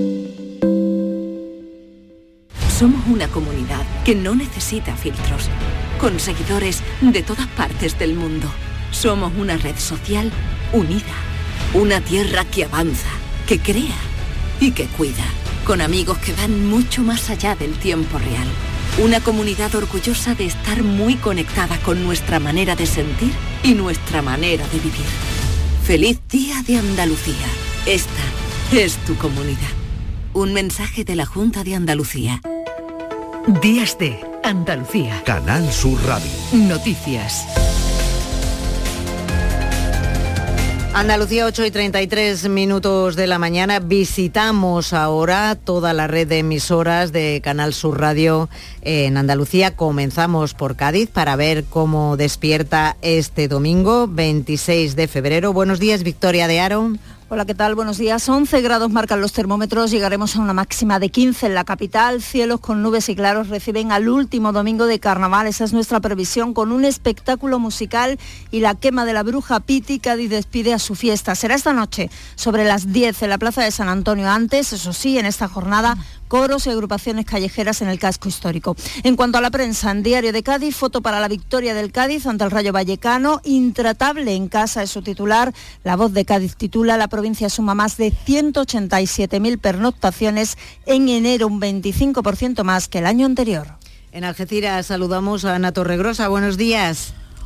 Somos una comunidad que no necesita filtros, con seguidores de todas partes del mundo. Somos una red social unida, una tierra que avanza, que crea y que cuida, con amigos que van mucho más allá del tiempo real. Una comunidad orgullosa de estar muy conectada con nuestra manera de sentir y nuestra manera de vivir. ¡Feliz Día de Andalucía! Esta es tu comunidad. Un mensaje de la Junta de Andalucía. Días de Andalucía. Canal Sur Radio. Noticias. Andalucía, 8:33 de la mañana. Visitamos ahora toda la red de emisoras de Canal Sur Radio en Andalucía. Comenzamos por Cádiz para ver cómo despierta este domingo, 26 de febrero. Buenos días, Victoria de Aro. Hola, ¿qué tal? Buenos días. 11 grados marcan los termómetros, llegaremos a una máxima de 15 en la capital. Cielos con nubes y claros reciben al último domingo de carnaval, esa es nuestra previsión, con un espectáculo musical y la quema de la bruja Piti. Cádiz despide a su fiesta. Será esta noche, sobre las 10 en la Plaza de San Antonio. Antes, eso sí, en esta jornada, coros y agrupaciones callejeras en el casco histórico. En cuanto a la prensa, en Diario de Cádiz, foto para la victoria del Cádiz ante el Rayo Vallecano. Intratable en casa es su titular. La Voz de Cádiz titula: la provincia suma más de 187.000 pernoctaciones en enero, un 25% más que el año anterior. En Algeciras saludamos a Ana Torregrosa. Buenos días.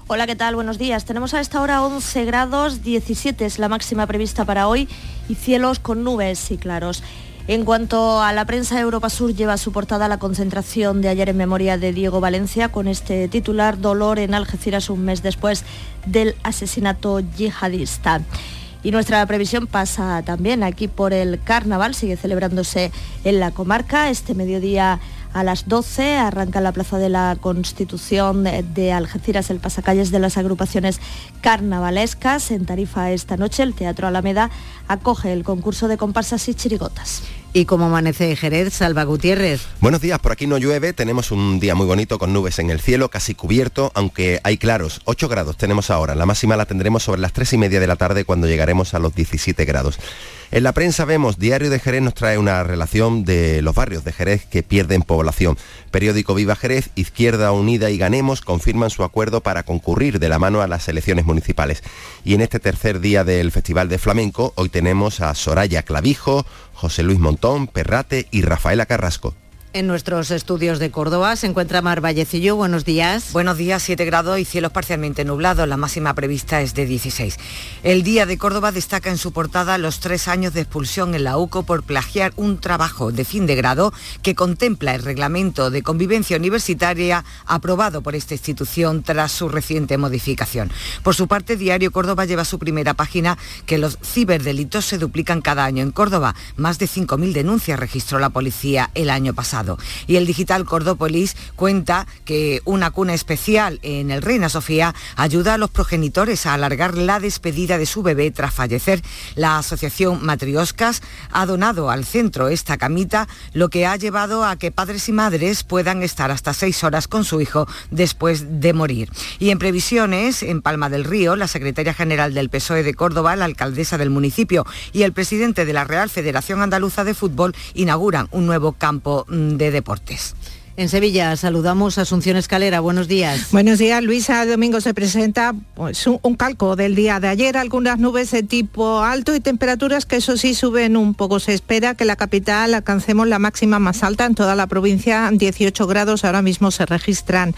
Hola, ¿qué tal? Buenos días. Tenemos a esta hora 11 grados, 17 es la máxima prevista para hoy y cielos con nubes y claros. En cuanto a la prensa, Europa Sur lleva a su portada la concentración de ayer en memoria de Diego Valencia con este titular: dolor en Algeciras un mes después del asesinato yihadista. Y nuestra previsión pasa también aquí por el carnaval, sigue celebrándose en la comarca. Este mediodía a las 12 arranca en la Plaza de la Constitución de Algeciras el pasacalles de las agrupaciones carnavalescas. En Tarifa esta noche el Teatro Alameda acoge el concurso de comparsas y chirigotas. ¿Y cómo amanece Jerez? Salva Gutiérrez. Buenos días, por aquí no llueve, tenemos un día muy bonito con nubes en el cielo, casi cubierto, aunque hay claros. 8 grados tenemos ahora, la máxima la tendremos sobre las 3:30 de la tarde cuando llegaremos a los 17 grados. En la prensa vemos, Diario de Jerez nos trae una relación de los barrios de Jerez que pierden población. Periódico Viva Jerez, Izquierda Unida y Ganemos confirman su acuerdo para concurrir de la mano a las elecciones municipales. Y en este tercer día del Festival de Flamenco, hoy tenemos a Soraya Clavijo, José Luis Montón, Perrate y Rafaela Carrasco. En nuestros estudios de Córdoba se encuentra Mar Vallecillo. Buenos días. Buenos días, 7 grados y cielos parcialmente nublados. La máxima prevista es de 16. El Día de Córdoba destaca en su portada los 3 años de expulsión en la UCO por plagiar un trabajo de fin de grado que contempla el reglamento de convivencia universitaria aprobado por esta institución tras su reciente modificación. Por su parte, Diario Córdoba lleva a su primera página que los ciberdelitos se duplican cada año en Córdoba. Más de 5.000 denuncias registró la policía el año pasado. Y el digital Cordópolis cuenta que una cuna especial en el Reina Sofía ayuda a los progenitores a alargar la despedida de su bebé tras fallecer. La asociación Matrioscas ha donado al centro esta camita, lo que ha llevado a que padres y madres puedan estar hasta 6 horas con su hijo después de morir. Y en previsiones, en Palma del Río, la secretaria general del PSOE de Córdoba, la alcaldesa del municipio y el presidente de la Real Federación Andaluza de Fútbol inauguran un nuevo campo de deportes. En Sevilla saludamos a Asunción Escalera. Buenos días. Buenos días, Luisa. El domingo se presenta pues, un calco del día de ayer. Algunas nubes de tipo alto y temperaturas que eso sí suben un poco. Se espera que en la capital alcancemos la máxima más alta en toda la provincia, 18 grados. Ahora mismo se registran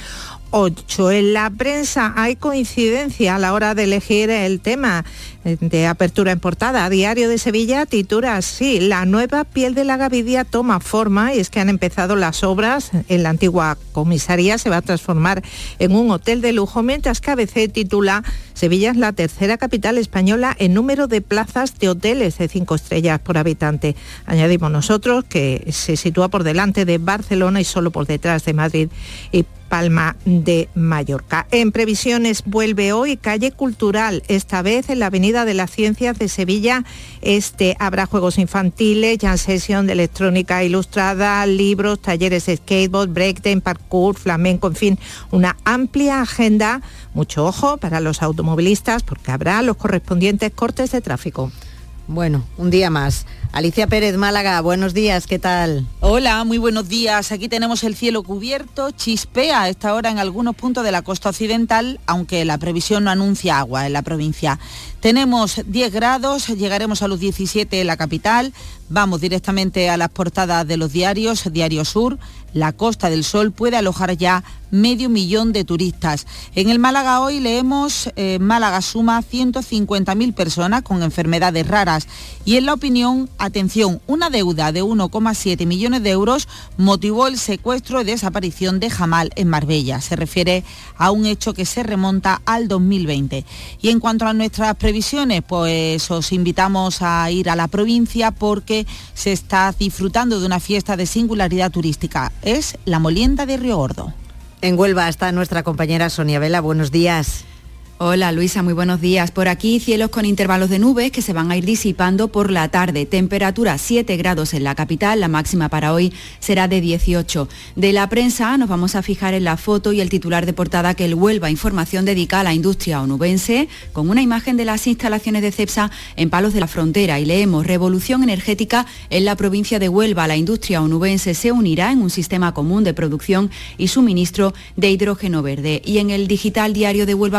8. En la prensa hay coincidencia a la hora de elegir el tema de apertura en portada. Diario de Sevilla titula así: la nueva piel de la Gavidia toma forma, y es que han empezado las obras en la antigua comisaría, se va a transformar en un hotel de lujo, mientras que ABC titula: Sevilla es la tercera capital española en número de plazas de hoteles de 5 estrellas por habitante. Añadimos nosotros que se sitúa por delante de Barcelona y solo por detrás de Madrid y Palma de Mallorca. En previsiones vuelve hoy Calle Cultural, esta vez en la Avenida de las Ciencias de Sevilla. Habrá juegos infantiles, jam session de electrónica ilustrada, libros, talleres de skateboard, breakdance, parkour, flamenco, en fin, una amplia agenda. Mucho ojo para los automovilistas porque habrá los correspondientes cortes de tráfico. Bueno, un día más. Alicia Pérez, Málaga, buenos días, ¿qué tal? Hola, muy buenos días. Aquí tenemos el cielo cubierto, chispea a esta hora en algunos puntos de la costa occidental, aunque la previsión no anuncia agua en la provincia. Tenemos 10 grados, llegaremos a los 17 en la capital. Vamos directamente a las portadas de los diarios. Diario Sur: la Costa del Sol puede alojar ya 500.000 de turistas. En el Málaga hoy leemos, Málaga suma 150.000 personas con enfermedades raras. Y en La Opinión, atención, una deuda de 1,7 millones de euros motivó el secuestro y desaparición de Jamal en Marbella. Se refiere a un hecho que se remonta al 2020. Y en cuanto a nuestras previsiones, pues os invitamos a ir a la provincia porque se está disfrutando de una fiesta de singularidad turística. Es la Molienda de Río Gordo. En Huelva está nuestra compañera Sonia Vela. Buenos días. Hola Luisa, muy buenos días. Por aquí cielos con intervalos de nubes que se van a ir disipando por la tarde. Temperatura 7 grados en la capital, la máxima para hoy será de 18. De la prensa nos vamos a fijar en la foto y el titular de portada que el Huelva Información dedica a la industria onubense, con una imagen de las instalaciones de Cepsa en Palos de la Frontera, y leemos: revolución energética en la provincia de Huelva. La industria onubense se unirá en un sistema común de producción y suministro de hidrógeno verde. Y en el digital diario de Huelva.es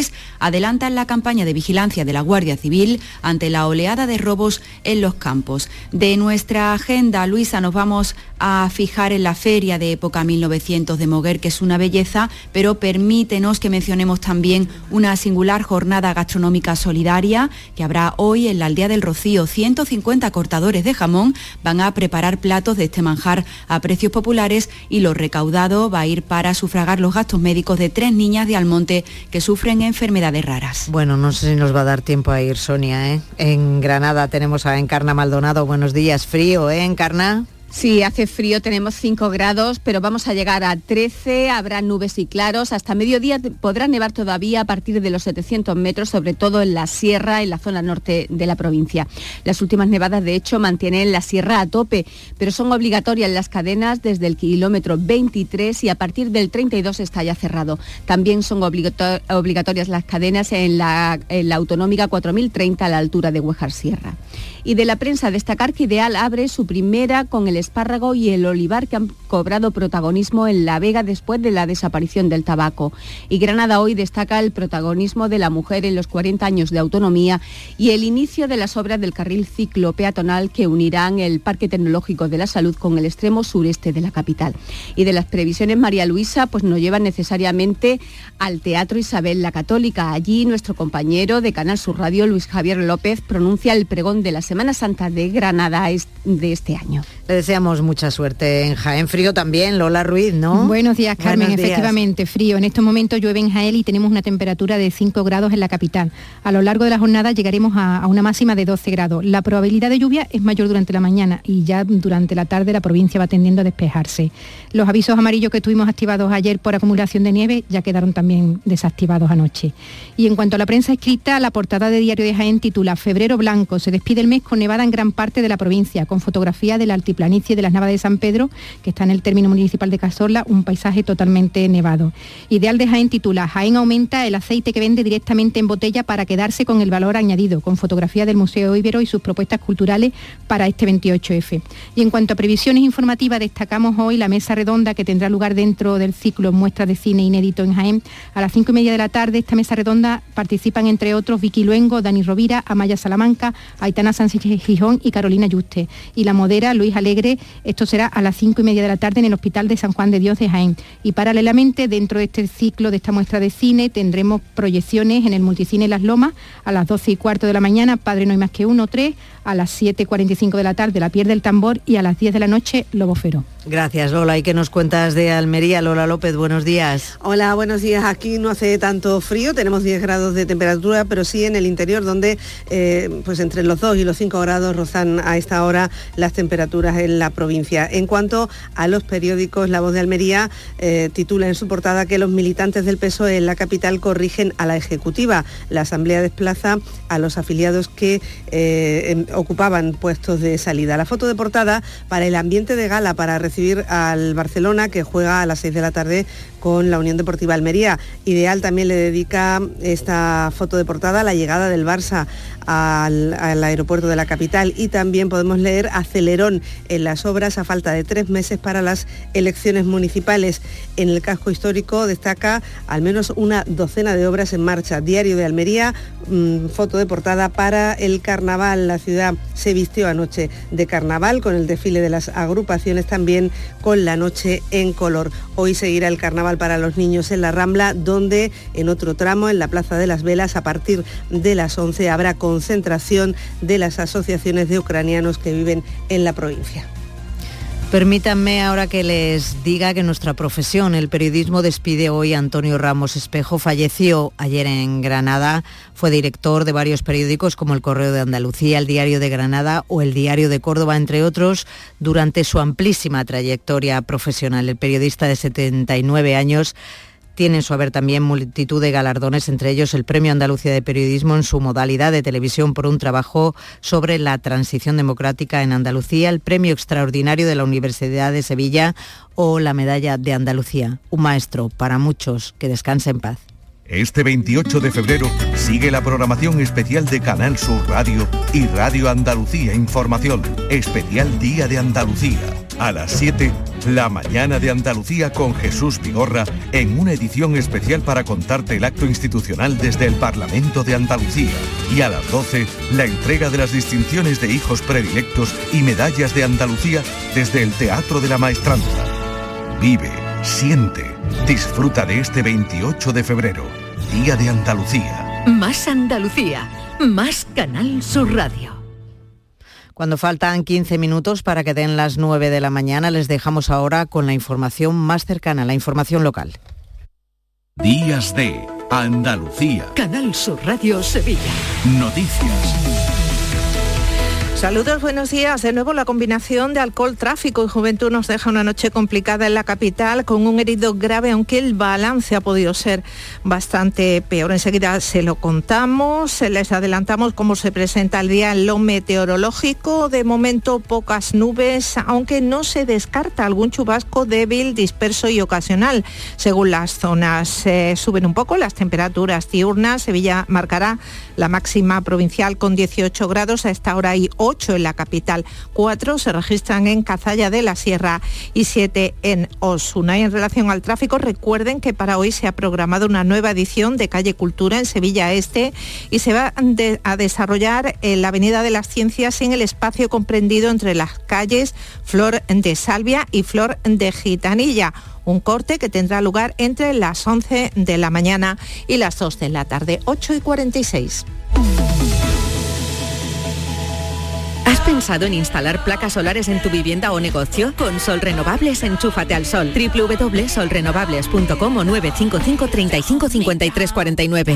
Baleares adelantan la campaña de vigilancia de la Guardia Civil ante la oleada de robos en los campos. De nuestra agenda, Luisa, nos vamos a fijar en la Feria de Época 1900 de Moguer, que es una belleza, pero permítenos que mencionemos también una singular jornada gastronómica solidaria que habrá hoy en la Aldea del Rocío. 150 cortadores de jamón van a preparar platos de este manjar a precios populares y lo recaudado va a ir para sufragar los gastos médicos de 3 niñas de Almonte que sufren enfermedades raras. Bueno, no sé si nos va a dar tiempo a ir, Sonia, ¿eh? En Granada tenemos a Encarna Maldonado. Buenos días. Frío, ¿eh, Encarna? Sí, hace frío, tenemos 5 grados, pero vamos a llegar a 13, habrá nubes y claros. Hasta mediodía podrá nevar todavía a partir de los 700 metros, sobre todo en la sierra, en la zona norte de la provincia. Las últimas nevadas, de hecho, mantienen la sierra a tope, pero son obligatorias las cadenas desde el kilómetro 23 y a partir del 32 está ya cerrado. También son obligatorias las cadenas en la autonómica 4030 a la altura de Huejar Sierra. Y de la prensa, destacar que Ideal abre su primera con el espárrago y el olivar, que han cobrado protagonismo en La Vega después de la desaparición del tabaco. Y Granada hoy destaca el protagonismo de la mujer en los 40 años de autonomía y el inicio de las obras del carril ciclo peatonal que unirán el Parque Tecnológico de la Salud con el extremo sureste de la capital. Y de las previsiones, María Luisa, pues nos llevan necesariamente al Teatro Isabel la Católica. Allí nuestro compañero de Canal Sur Radio, Luis Javier López, pronuncia el pregón de la Semana Santa de Granada de este año. Le deseamos mucha suerte en Jaén. Frío también, Lola Ruiz, ¿no? Buenos días, Carmen. Buenos días. Efectivamente, frío. En estos momentos llueve en Jaén y tenemos una temperatura de 5 grados en la capital. A lo largo de la jornada llegaremos a una máxima de 12 grados. La probabilidad de lluvia es mayor durante la mañana y ya durante la tarde la provincia va tendiendo a despejarse. Los avisos amarillos que tuvimos activados ayer por acumulación de nieve ya quedaron también desactivados anoche. Y en cuanto a la prensa escrita, la portada de Diario de Jaén titula Febrero Blanco. Se despide el mes con nevada en gran parte de la provincia, con fotografía de la altiplanicie de las Navas de San Pedro, que está en el término municipal de Cazorla, un paisaje totalmente nevado. Ideal de Jaén titula Jaén aumenta el aceite que vende directamente en botella para quedarse con el valor añadido, con fotografía del Museo Ibero y sus propuestas culturales para este 28F. Y en cuanto a previsiones informativas, destacamos hoy la mesa redonda que tendrá lugar dentro del ciclo Muestras de Cine Inédito en Jaén. A las 5:30 de la tarde, esta mesa redonda participan entre otros Vicky Luengo, Dani Rovira, Amaya Salamanca, Aitana Sánchez Gijón y Carolina Yuste. Y la modera Luis Alegre. Esto será a las 5:30 de la tarde en el Hospital de San Juan de Dios de Jaén. Y paralelamente, dentro de este ciclo, de esta muestra de cine, tendremos proyecciones en el Multicine Las Lomas a las 12:15 de la mañana, Padre no hay más que uno, 3, a las 7:45 de la tarde, La Piel del Tambor y a las 10 de la noche, Lobo Feroz. Gracias, Lola. ¿Y qué nos cuentas de Almería? Lola López, buenos días. Hola, buenos días. Aquí no hace tanto frío, tenemos 10 grados de temperatura, pero sí en el interior donde pues entre los 2 y los 5 grados rozan a esta hora las temperaturas en la provincia. En cuanto a los periódicos, La Voz de Almería titula en su portada que los militantes del PSOE en la capital corrigen a la Ejecutiva. La Asamblea desplaza a los afiliados que ocupaban puestos de salida. La foto de portada para el ambiente de gala para recibir al Barcelona, que juega a las 6 de la tarde con la Unión Deportiva Almería. Ideal también le dedica esta foto de portada a la llegada del Barça al aeropuerto de la capital, y también podemos leer acelerón en las obras a falta de 3 meses para las elecciones municipales. En el casco histórico destaca al menos una docena de obras en marcha. Diario de Almería, foto de portada para el carnaval. La ciudad se vistió anoche de carnaval con el desfile de las agrupaciones, también con la noche en color. Hoy seguirá el carnaval para los niños en la Rambla, donde en otro tramo, en la Plaza de las Velas, a partir de las 11 habrá concentración de las asociaciones de ucranianos que viven en la provincia. Permítanme ahora que les diga que nuestra profesión, el periodismo, despide hoy a Antonio Ramos Espejo. Falleció ayer en Granada, fue director de varios periódicos como El Correo de Andalucía, El Diario de Granada o El Diario de Córdoba, entre otros, durante su amplísima trayectoria profesional. El periodista de 79 años tiene en su haber también multitud de galardones, entre ellos el Premio Andalucía de Periodismo en su modalidad de televisión por un trabajo sobre la transición democrática en Andalucía, el Premio Extraordinario de la Universidad de Sevilla o la Medalla de Andalucía. Un maestro para muchos, que descanse en paz. Este 28 de febrero sigue la programación especial de Canal Sur Radio y Radio Andalucía Información. Especial Día de Andalucía. A las 7, La mañana de Andalucía con Jesús Vigorra en una edición especial para contarte el acto institucional desde el Parlamento de Andalucía. Y a las 12, la entrega de las distinciones de hijos predilectos y medallas de Andalucía desde el Teatro de la Maestranza. Vive, siente, disfruta de este 28 de febrero, Día de Andalucía. Más Andalucía, más Canal Sur Radio. Cuando faltan 15 minutos para que den las 9 de la mañana, les dejamos ahora con la información más cercana, la información local. Días de Andalucía. Canal Sur Radio Sevilla. Noticias. Saludos, buenos días. De nuevo la combinación de alcohol, tráfico y juventud nos deja una noche complicada en la capital con un herido grave, aunque el balance ha podido ser bastante peor. Enseguida se lo contamos, les adelantamos cómo se presenta el día en lo meteorológico. De momento pocas nubes, aunque no se descarta algún chubasco débil, disperso y ocasional. Según las zonas suben un poco las temperaturas diurnas. Sevilla marcará la máxima provincial con 18 grados. A esta hora hay 8 en la capital, 4 se registran en Cazalla de la Sierra y 7 en Osuna. Y en relación al tráfico, recuerden que para hoy se ha programado una nueva edición de Calle Cultura en Sevilla Este y se va a desarrollar en la Avenida de las Ciencias en el espacio comprendido entre las calles Flor de Salvia y Flor de Gitanilla. Un corte que tendrá lugar entre las 11 de la mañana y las 2 de la tarde, 8:46. ¿Has pensado en instalar placas solares en tu vivienda o negocio? Con Sol Renovables, enchúfate al sol. www.solrenovables.com o 955 35 53 49.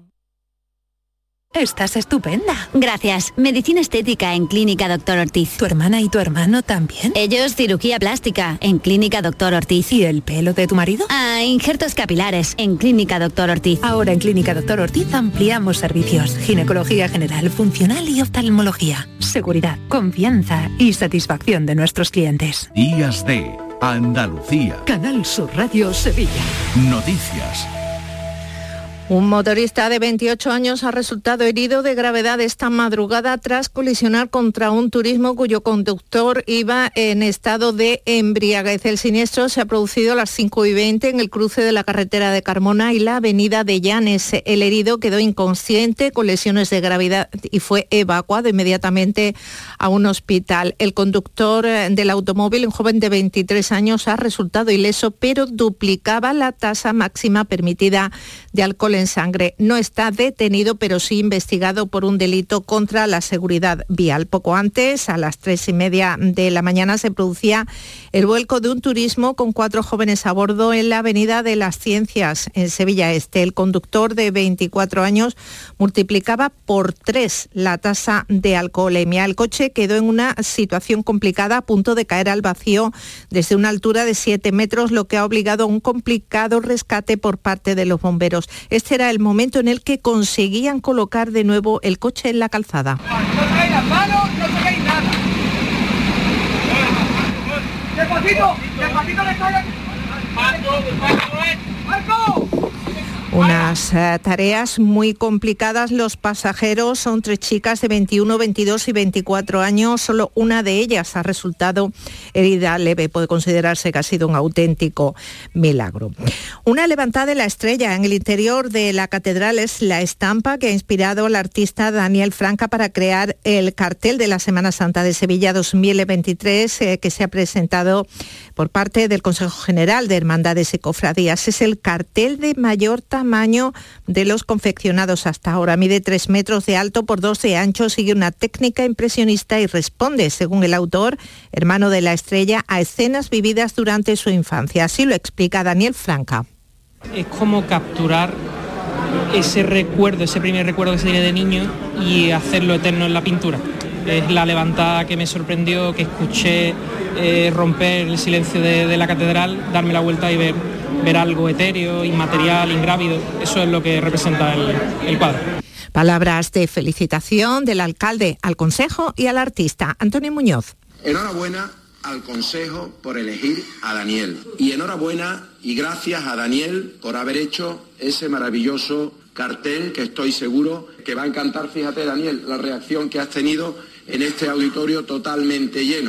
Estás estupenda. Gracias. Medicina estética en Clínica Doctor Ortiz. ¿Tu hermana y tu hermano también? Ellos cirugía plástica en Clínica Doctor Ortiz. ¿Y el pelo de tu marido? Injertos capilares en Clínica Doctor Ortiz. Ahora en Clínica Doctor Ortiz ampliamos servicios. Ginecología general, funcional y oftalmología. Seguridad, confianza y satisfacción de nuestros clientes. Días de Andalucía. Canal Sur Radio Sevilla. Noticias. Un motorista de 28 años ha resultado herido de gravedad esta madrugada tras colisionar contra un turismo cuyo conductor iba en estado de embriaguez. El siniestro se ha producido a las 5:20 en el cruce de la carretera de Carmona y la avenida de Llanes. El herido quedó inconsciente con lesiones de gravedad y fue evacuado inmediatamente a un hospital. El conductor del automóvil, un joven de 23 años, ha resultado ileso, pero duplicaba la tasa máxima permitida de alcohol en sangre. No está detenido, pero sí investigado por un delito contra la seguridad vial. Poco antes, a las 3:30 de la mañana, se producía el vuelco de un turismo con 4 jóvenes a bordo en la Avenida de las Ciencias, en Sevilla Este. El conductor de 24 años multiplicaba por 3 la tasa de alcoholemia. El coche quedó en una situación complicada, a punto de caer al vacío desde una altura de 7 metros, lo que ha obligado a un complicado rescate por parte de los bomberos. Este era el momento en el que conseguían colocar de nuevo el coche en la calzada. No sacáis las manos, no sacáis nada. Despacito le sale. ¡Marco! Unas tareas muy complicadas. Los pasajeros son 3 chicas de 21, 22 y 24 años. Solo una de ellas ha resultado herida leve. Puede considerarse que ha sido un auténtico milagro. Una levantada de la estrella en el interior de la catedral es la estampa que ha inspirado al artista Daniel Franca para crear el cartel de la Semana Santa de Sevilla 2023 que se ha presentado por parte del Consejo General de Hermandades y Cofradías. Es el cartel de mayor tamaño de los confeccionados hasta ahora. Mide 3 metros de alto por 2 de ancho, sigue una técnica impresionista y responde, según el autor, hermano de la estrella, a escenas vividas durante su infancia. Así lo explica Daniel Franca. Es como capturar ese recuerdo, ese primer recuerdo que se tiene de niño y hacerlo eterno en la pintura. Es la levantada que me sorprendió, que escuché romper el silencio de la catedral, darme la vuelta y ver algo etéreo, inmaterial, ingrávido. Eso es lo que representa el cuadro. Palabras de felicitación del alcalde al Consejo y al artista. Antonio Muñoz. Enhorabuena al Consejo por elegir a Daniel. Y enhorabuena y gracias a Daniel por haber hecho ese maravilloso cartel que estoy seguro que va a encantar. Fíjate, Daniel, la reacción que has tenido en este auditorio totalmente lleno.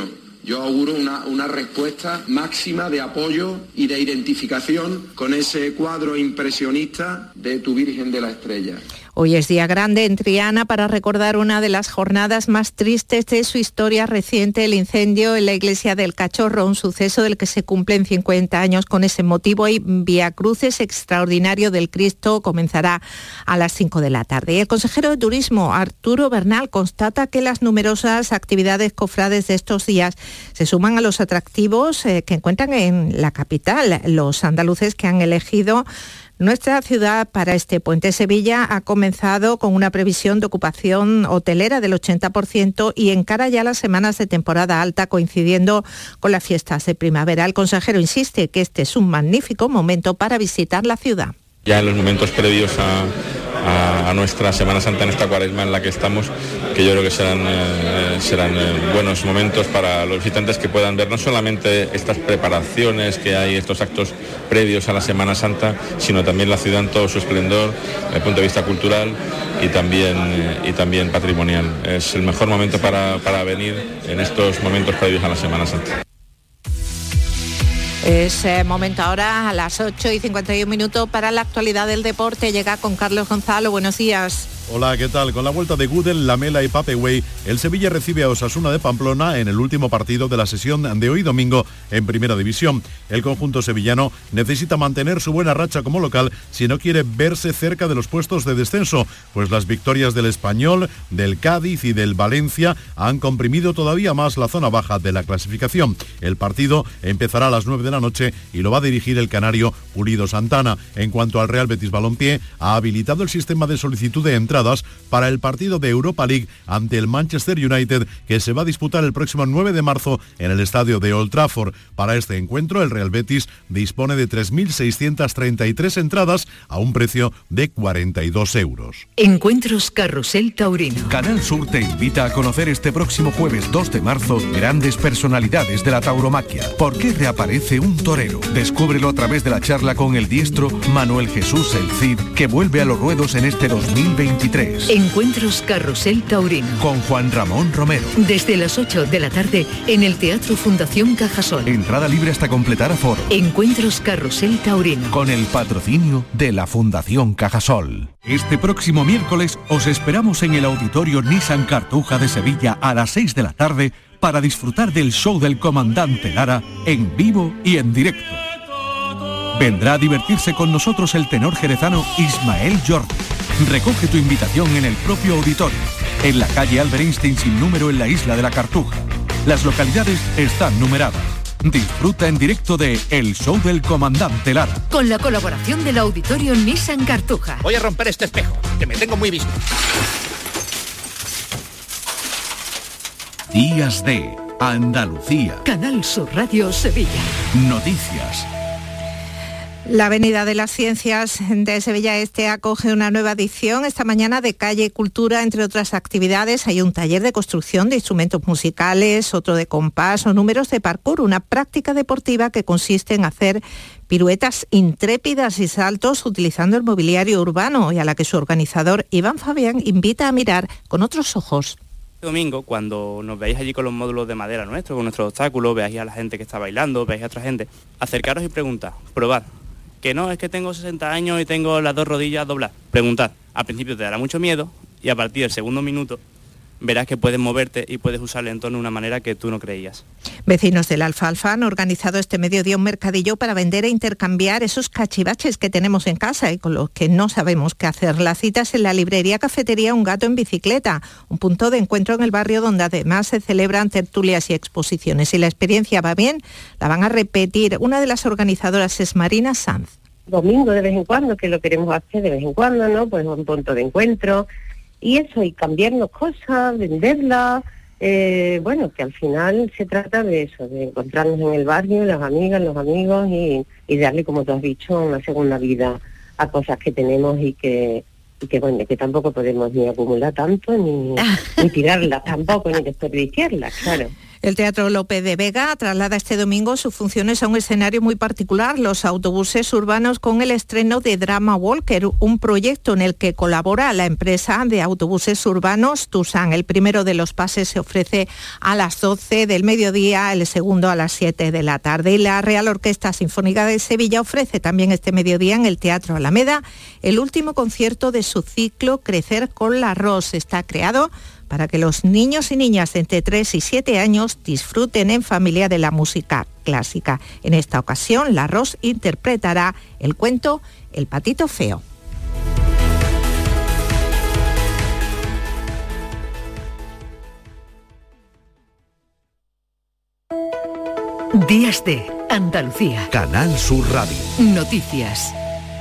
Yo auguro una respuesta máxima de apoyo y de identificación con ese cuadro impresionista de Tu Virgen de la Estrella. Hoy es día grande en Triana para recordar una de las jornadas más tristes de su historia reciente, el incendio en la iglesia del Cachorro, un suceso del que se cumplen 50 años. Con ese motivo, y Vía Cruces extraordinario del Cristo comenzará a las 5 de la tarde. Y el consejero de Turismo, Arturo Bernal, constata que las numerosas actividades cofrades de estos días se suman a los atractivos que encuentran en la capital. Los andaluces que han elegido nuestra ciudad para este puente. Sevilla ha comenzado con una previsión de ocupación hotelera del 80% y encara ya las semanas de temporada alta, coincidiendo con las fiestas de primavera. El consejero insiste que este es un magnífico momento para visitar la ciudad. Ya en los momentos previos a nuestra Semana Santa, en esta cuaresma en la que estamos, que yo creo que serán buenos momentos para los visitantes que puedan ver no solamente estas preparaciones que hay, estos actos previos a la Semana Santa, sino también la ciudad en todo su esplendor, desde el punto de vista cultural y también patrimonial. Es el mejor momento para venir en estos momentos previos a la Semana Santa. Es momento ahora, a las 8:51 para la actualidad del deporte. Llega con Carlos Gonzalo. Buenos días. Hola, ¿qué tal? Con la vuelta de Gudel, Lamela y Papewey, el Sevilla recibe a Osasuna de Pamplona en el último partido de la sesión de hoy domingo en Primera División. El conjunto sevillano necesita mantener su buena racha como local si no quiere verse cerca de los puestos de descenso, pues las victorias del Español, del Cádiz y del Valencia han comprimido todavía más la zona baja de la clasificación. El partido empezará a las 9 de la noche y lo va a dirigir el canario Pulido Santana. En cuanto al Real Betis Balompié, ha habilitado el sistema de solicitud de entrada para el partido de Europa League ante el Manchester United, que se va a disputar el próximo 9 de marzo en el estadio de Old Trafford. Para este encuentro, el Real Betis dispone de 3.633 entradas a un precio de 42 euros. Encuentros Carrusel Taurino. Canal Sur te invita a conocer este próximo jueves 2 de marzo grandes personalidades de la tauromaquia. ¿Por qué reaparece un torero? Descúbrelo a través de la charla con el diestro Manuel Jesús El Cid, que vuelve a los ruedos en este 2023. Encuentros Carrusel Taurino. Con Juan Ramón Romero. Desde las 8 de la tarde en el Teatro Fundación Cajasol. Entrada libre hasta completar aforo. Encuentros Carrusel Taurino. Con el patrocinio de la Fundación Cajasol. Este próximo miércoles os esperamos en el Auditorio Nissan Cartuja de Sevilla a las 6 de la tarde para disfrutar del show del Comandante Lara en vivo y en directo. Vendrá a divertirse con nosotros el tenor jerezano Ismael Jordi. Recoge tu invitación en el propio auditorio, en la calle Albert Einstein sin número en la isla de la Cartuja. Las localidades están numeradas. Disfruta en directo de El Show del Comandante Lara. Con la colaboración del Auditorio Nissan Cartuja. Voy a romper este espejo, que me tengo muy visto. Días de Andalucía. Canal Sur Radio Sevilla. Noticias. La Avenida de las Ciencias de Sevilla Este acoge una nueva edición esta mañana de Calle Cultura, entre otras actividades. Hay un taller de construcción de instrumentos musicales, otro de compás o números de parkour, una práctica deportiva que consiste en hacer piruetas intrépidas y saltos utilizando el mobiliario urbano y a la que su organizador Iván Fabián invita a mirar con otros ojos. Domingo, cuando nos veáis allí con los módulos de madera nuestros, con nuestros obstáculos, veáis a la gente que está bailando, veáis a otra gente, acercaros y preguntad, probad. Que no, es que tengo 60 años y tengo las dos rodillas dobladas. Preguntad. Al principio te dará mucho miedo y a partir del segundo minuto verás que puedes moverte y puedes usar el entorno de una manera que tú no creías. Vecinos del Alfalfa han organizado este mediodía un mercadillo para vender e intercambiar esos cachivaches que tenemos en casa y con los que no sabemos qué hacer. La cita es en la librería Cafetería Un Gato en Bicicleta, un punto de encuentro en el barrio donde además se celebran tertulias y exposiciones. Si la experiencia va bien, la van a repetir. Una de las organizadoras es Marina Sanz. Domingo de vez en cuando, que lo queremos hacer de vez en cuando, ¿no? Pues un punto de encuentro. Y eso, y cambiarnos cosas, venderlas, bueno, que al final se trata de eso, de encontrarnos en el barrio, las amigas, los amigos, y darle, como tú has dicho, una segunda vida a cosas que tenemos y que bueno, que tampoco podemos ni acumular tanto, ni tirarlas tampoco, ni desperdiciarlas, claro. El Teatro Lope de Vega traslada este domingo sus funciones a un escenario muy particular, los autobuses urbanos, con el estreno de Drama Walker, un proyecto en el que colabora la empresa de autobuses urbanos Tusan. El primero de los pases se ofrece a las 12 del mediodía, el segundo a las 7 de la tarde. Y la Real Orquesta Sinfónica de Sevilla ofrece también este mediodía en el Teatro Alameda el último concierto de su ciclo Crecer con la Ros. Está creado para que los niños y niñas de entre 3 y 7 años disfruten en familia de la música clásica. En esta ocasión, la Ros interpretará el cuento El patito feo. Días de Andalucía. Canal Sur Radio. Noticias.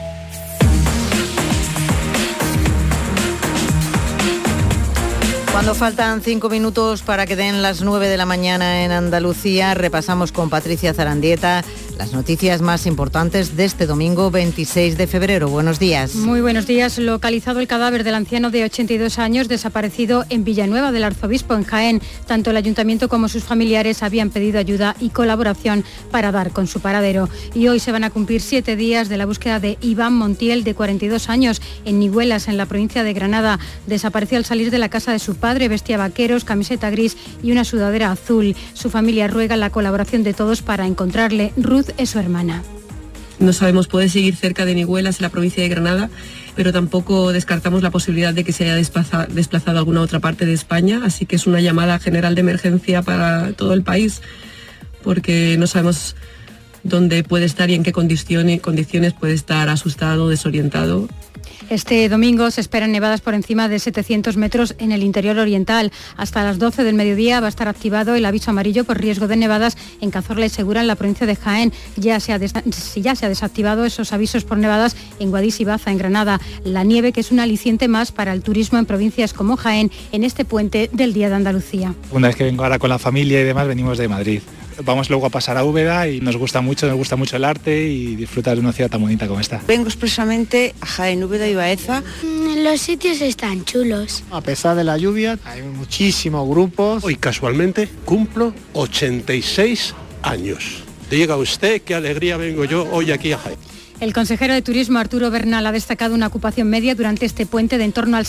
Cuando faltan 5 minutos para que den las 9 de la mañana en Andalucía, repasamos con Patricia Zarandieta las noticias más importantes de este domingo 26 de febrero. Buenos días. Muy buenos días. Localizado el cadáver del anciano de 82 años desaparecido en Villanueva del Arzobispo, en Jaén. Tanto el ayuntamiento como sus familiares habían pedido ayuda y colaboración para dar con su paradero. Y hoy se van a cumplir 7 días de la búsqueda de Iván Montiel, de 42 años, en Nihuelas, en la provincia de Granada. Desapareció al salir de la casa de su padre, vestía vaqueros, camiseta gris y una sudadera azul. Su familia ruega la colaboración de todos para encontrarle. Ruth es su hermana. No sabemos, puede seguir cerca de Nihuelas, en la provincia de Granada, pero tampoco descartamos la posibilidad de que se haya desplazado a alguna otra parte de España, así que es una llamada general de emergencia para todo el país, porque no sabemos dónde puede estar y en qué condiciones puede estar asustado, desorientado. Este domingo se esperan nevadas por encima de 700 metros en el interior oriental. Hasta las 12 del mediodía va a estar activado el aviso amarillo por riesgo de nevadas en Cazorla y Segura, en la provincia de Jaén. Ya se ha desactivado esos avisos por nevadas en Guadix y Baza, en Granada. La nieve, que es un aliciente más para el turismo en provincias como Jaén en este puente del Día de Andalucía. Una vez que vengo ahora con la familia y demás, venimos de Madrid. Vamos luego a pasar a Úbeda y nos gusta mucho el arte y disfrutar de una ciudad tan bonita como esta. Vengo expresamente a Jaén, Úbeda y Baeza. Los sitios están chulos. A pesar de la lluvia, hay muchísimos grupos. Hoy casualmente cumplo 86 años. Diga usted qué alegría vengo yo hoy aquí a Jaén. El consejero de Turismo, Arturo Bernal, ha destacado una ocupación media durante este puente de en torno al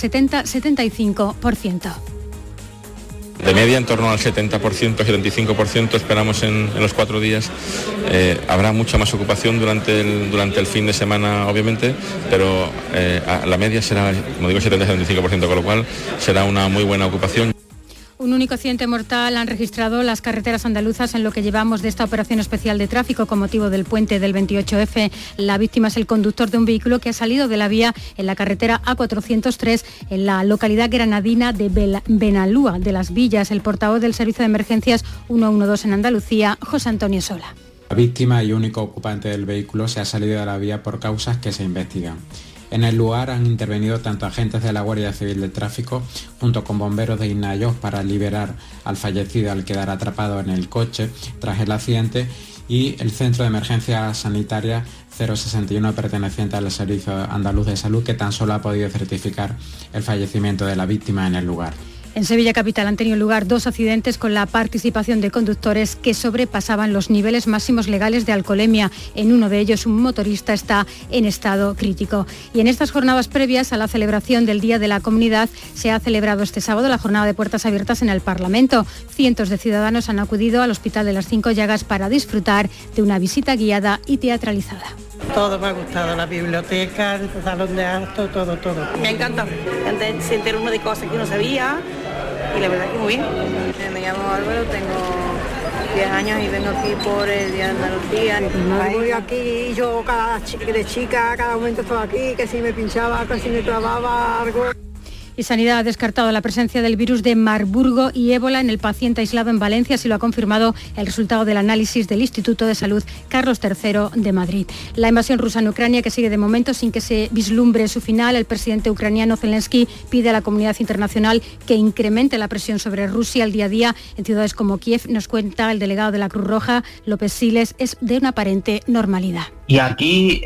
70-75%. De media en torno al 70%, 75% esperamos en los 4 días. Habrá mucha más ocupación durante el fin de semana, obviamente, pero la media será, como digo, 70-75%, con lo cual será una muy buena ocupación. Un único accidente mortal han registrado las carreteras andaluzas en lo que llevamos de esta operación especial de tráfico con motivo del puente del 28F. La víctima es el conductor de un vehículo que ha salido de la vía en la carretera A403 en la localidad granadina de Benalúa de las Villas. El portavoz del Servicio de Emergencias 112 en Andalucía, José Antonio Sola. La víctima y único ocupante del vehículo se ha salido de la vía por causas que se investigan. En el lugar han intervenido tanto agentes de la Guardia Civil de Tráfico junto con bomberos de Innayoz para liberar al fallecido al quedar atrapado en el coche tras el accidente, y el Centro de Emergencia Sanitaria 061 perteneciente al Servicio Andaluz de Salud, que tan solo ha podido certificar el fallecimiento de la víctima en el lugar. En Sevilla capital han tenido lugar 2 accidentes con la participación de conductores que sobrepasaban los niveles máximos legales de alcoholemia. En uno de ellos, un motorista está en estado crítico. Y en estas jornadas previas a la celebración del Día de la Comunidad, se ha celebrado este sábado la jornada de puertas abiertas en el Parlamento. Cientos de ciudadanos han acudido al Hospital de las 5 Llagas para disfrutar de una visita guiada y teatralizada. Todo me ha gustado, la biblioteca, el salón de actos, todo. Me encanta, se entera uno de cosas que no sabía y la verdad que muy bien. Me llamo Álvaro, tengo 10 años y vengo aquí por el Día de Andalucía. Voy aquí, yo de chica, cada momento estaba aquí, que si me pinchaba, que si me clavaba algo. Y Sanidad ha descartado la presencia del virus de Marburgo y ébola en el paciente aislado en Valencia, así lo ha confirmado el resultado del análisis del Instituto de Salud Carlos III de Madrid. La invasión rusa en Ucrania, que sigue de momento sin que se vislumbre su final. El presidente ucraniano Zelensky pide a la comunidad internacional que incremente la presión sobre Rusia al día a día en ciudades como Kiev. Nos cuenta el delegado de la Cruz Roja, López Siles, es de una aparente normalidad. Y aquí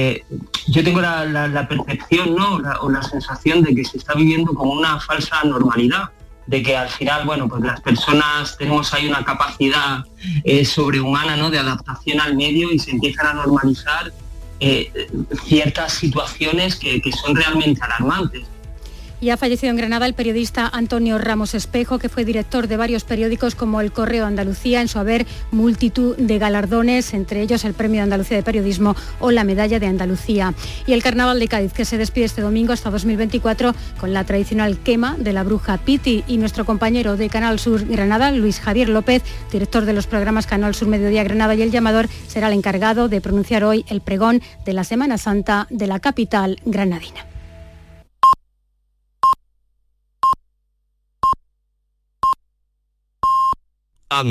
yo tengo la percepción, ¿no? o la sensación de que se está viviendo como una falsa normalidad, de que al final, bueno, pues las personas tenemos ahí una capacidad sobrehumana, ¿no?, de adaptación al medio, y se empiezan a normalizar ciertas situaciones que son realmente alarmantes. Y ha fallecido en Granada el periodista Antonio Ramos Espejo, que fue director de varios periódicos como El Correo de Andalucía, en su haber multitud de galardones, entre ellos el Premio de Andalucía de Periodismo o la Medalla de Andalucía. Y el Carnaval de Cádiz, que se despide este domingo hasta 2024 con la tradicional quema de la bruja Piti. Y nuestro compañero de Canal Sur Granada, Luis Javier López, director de los programas Canal Sur Mediodía Granada y El Llamador, será el encargado de pronunciar hoy el pregón de la Semana Santa de la capital granadina.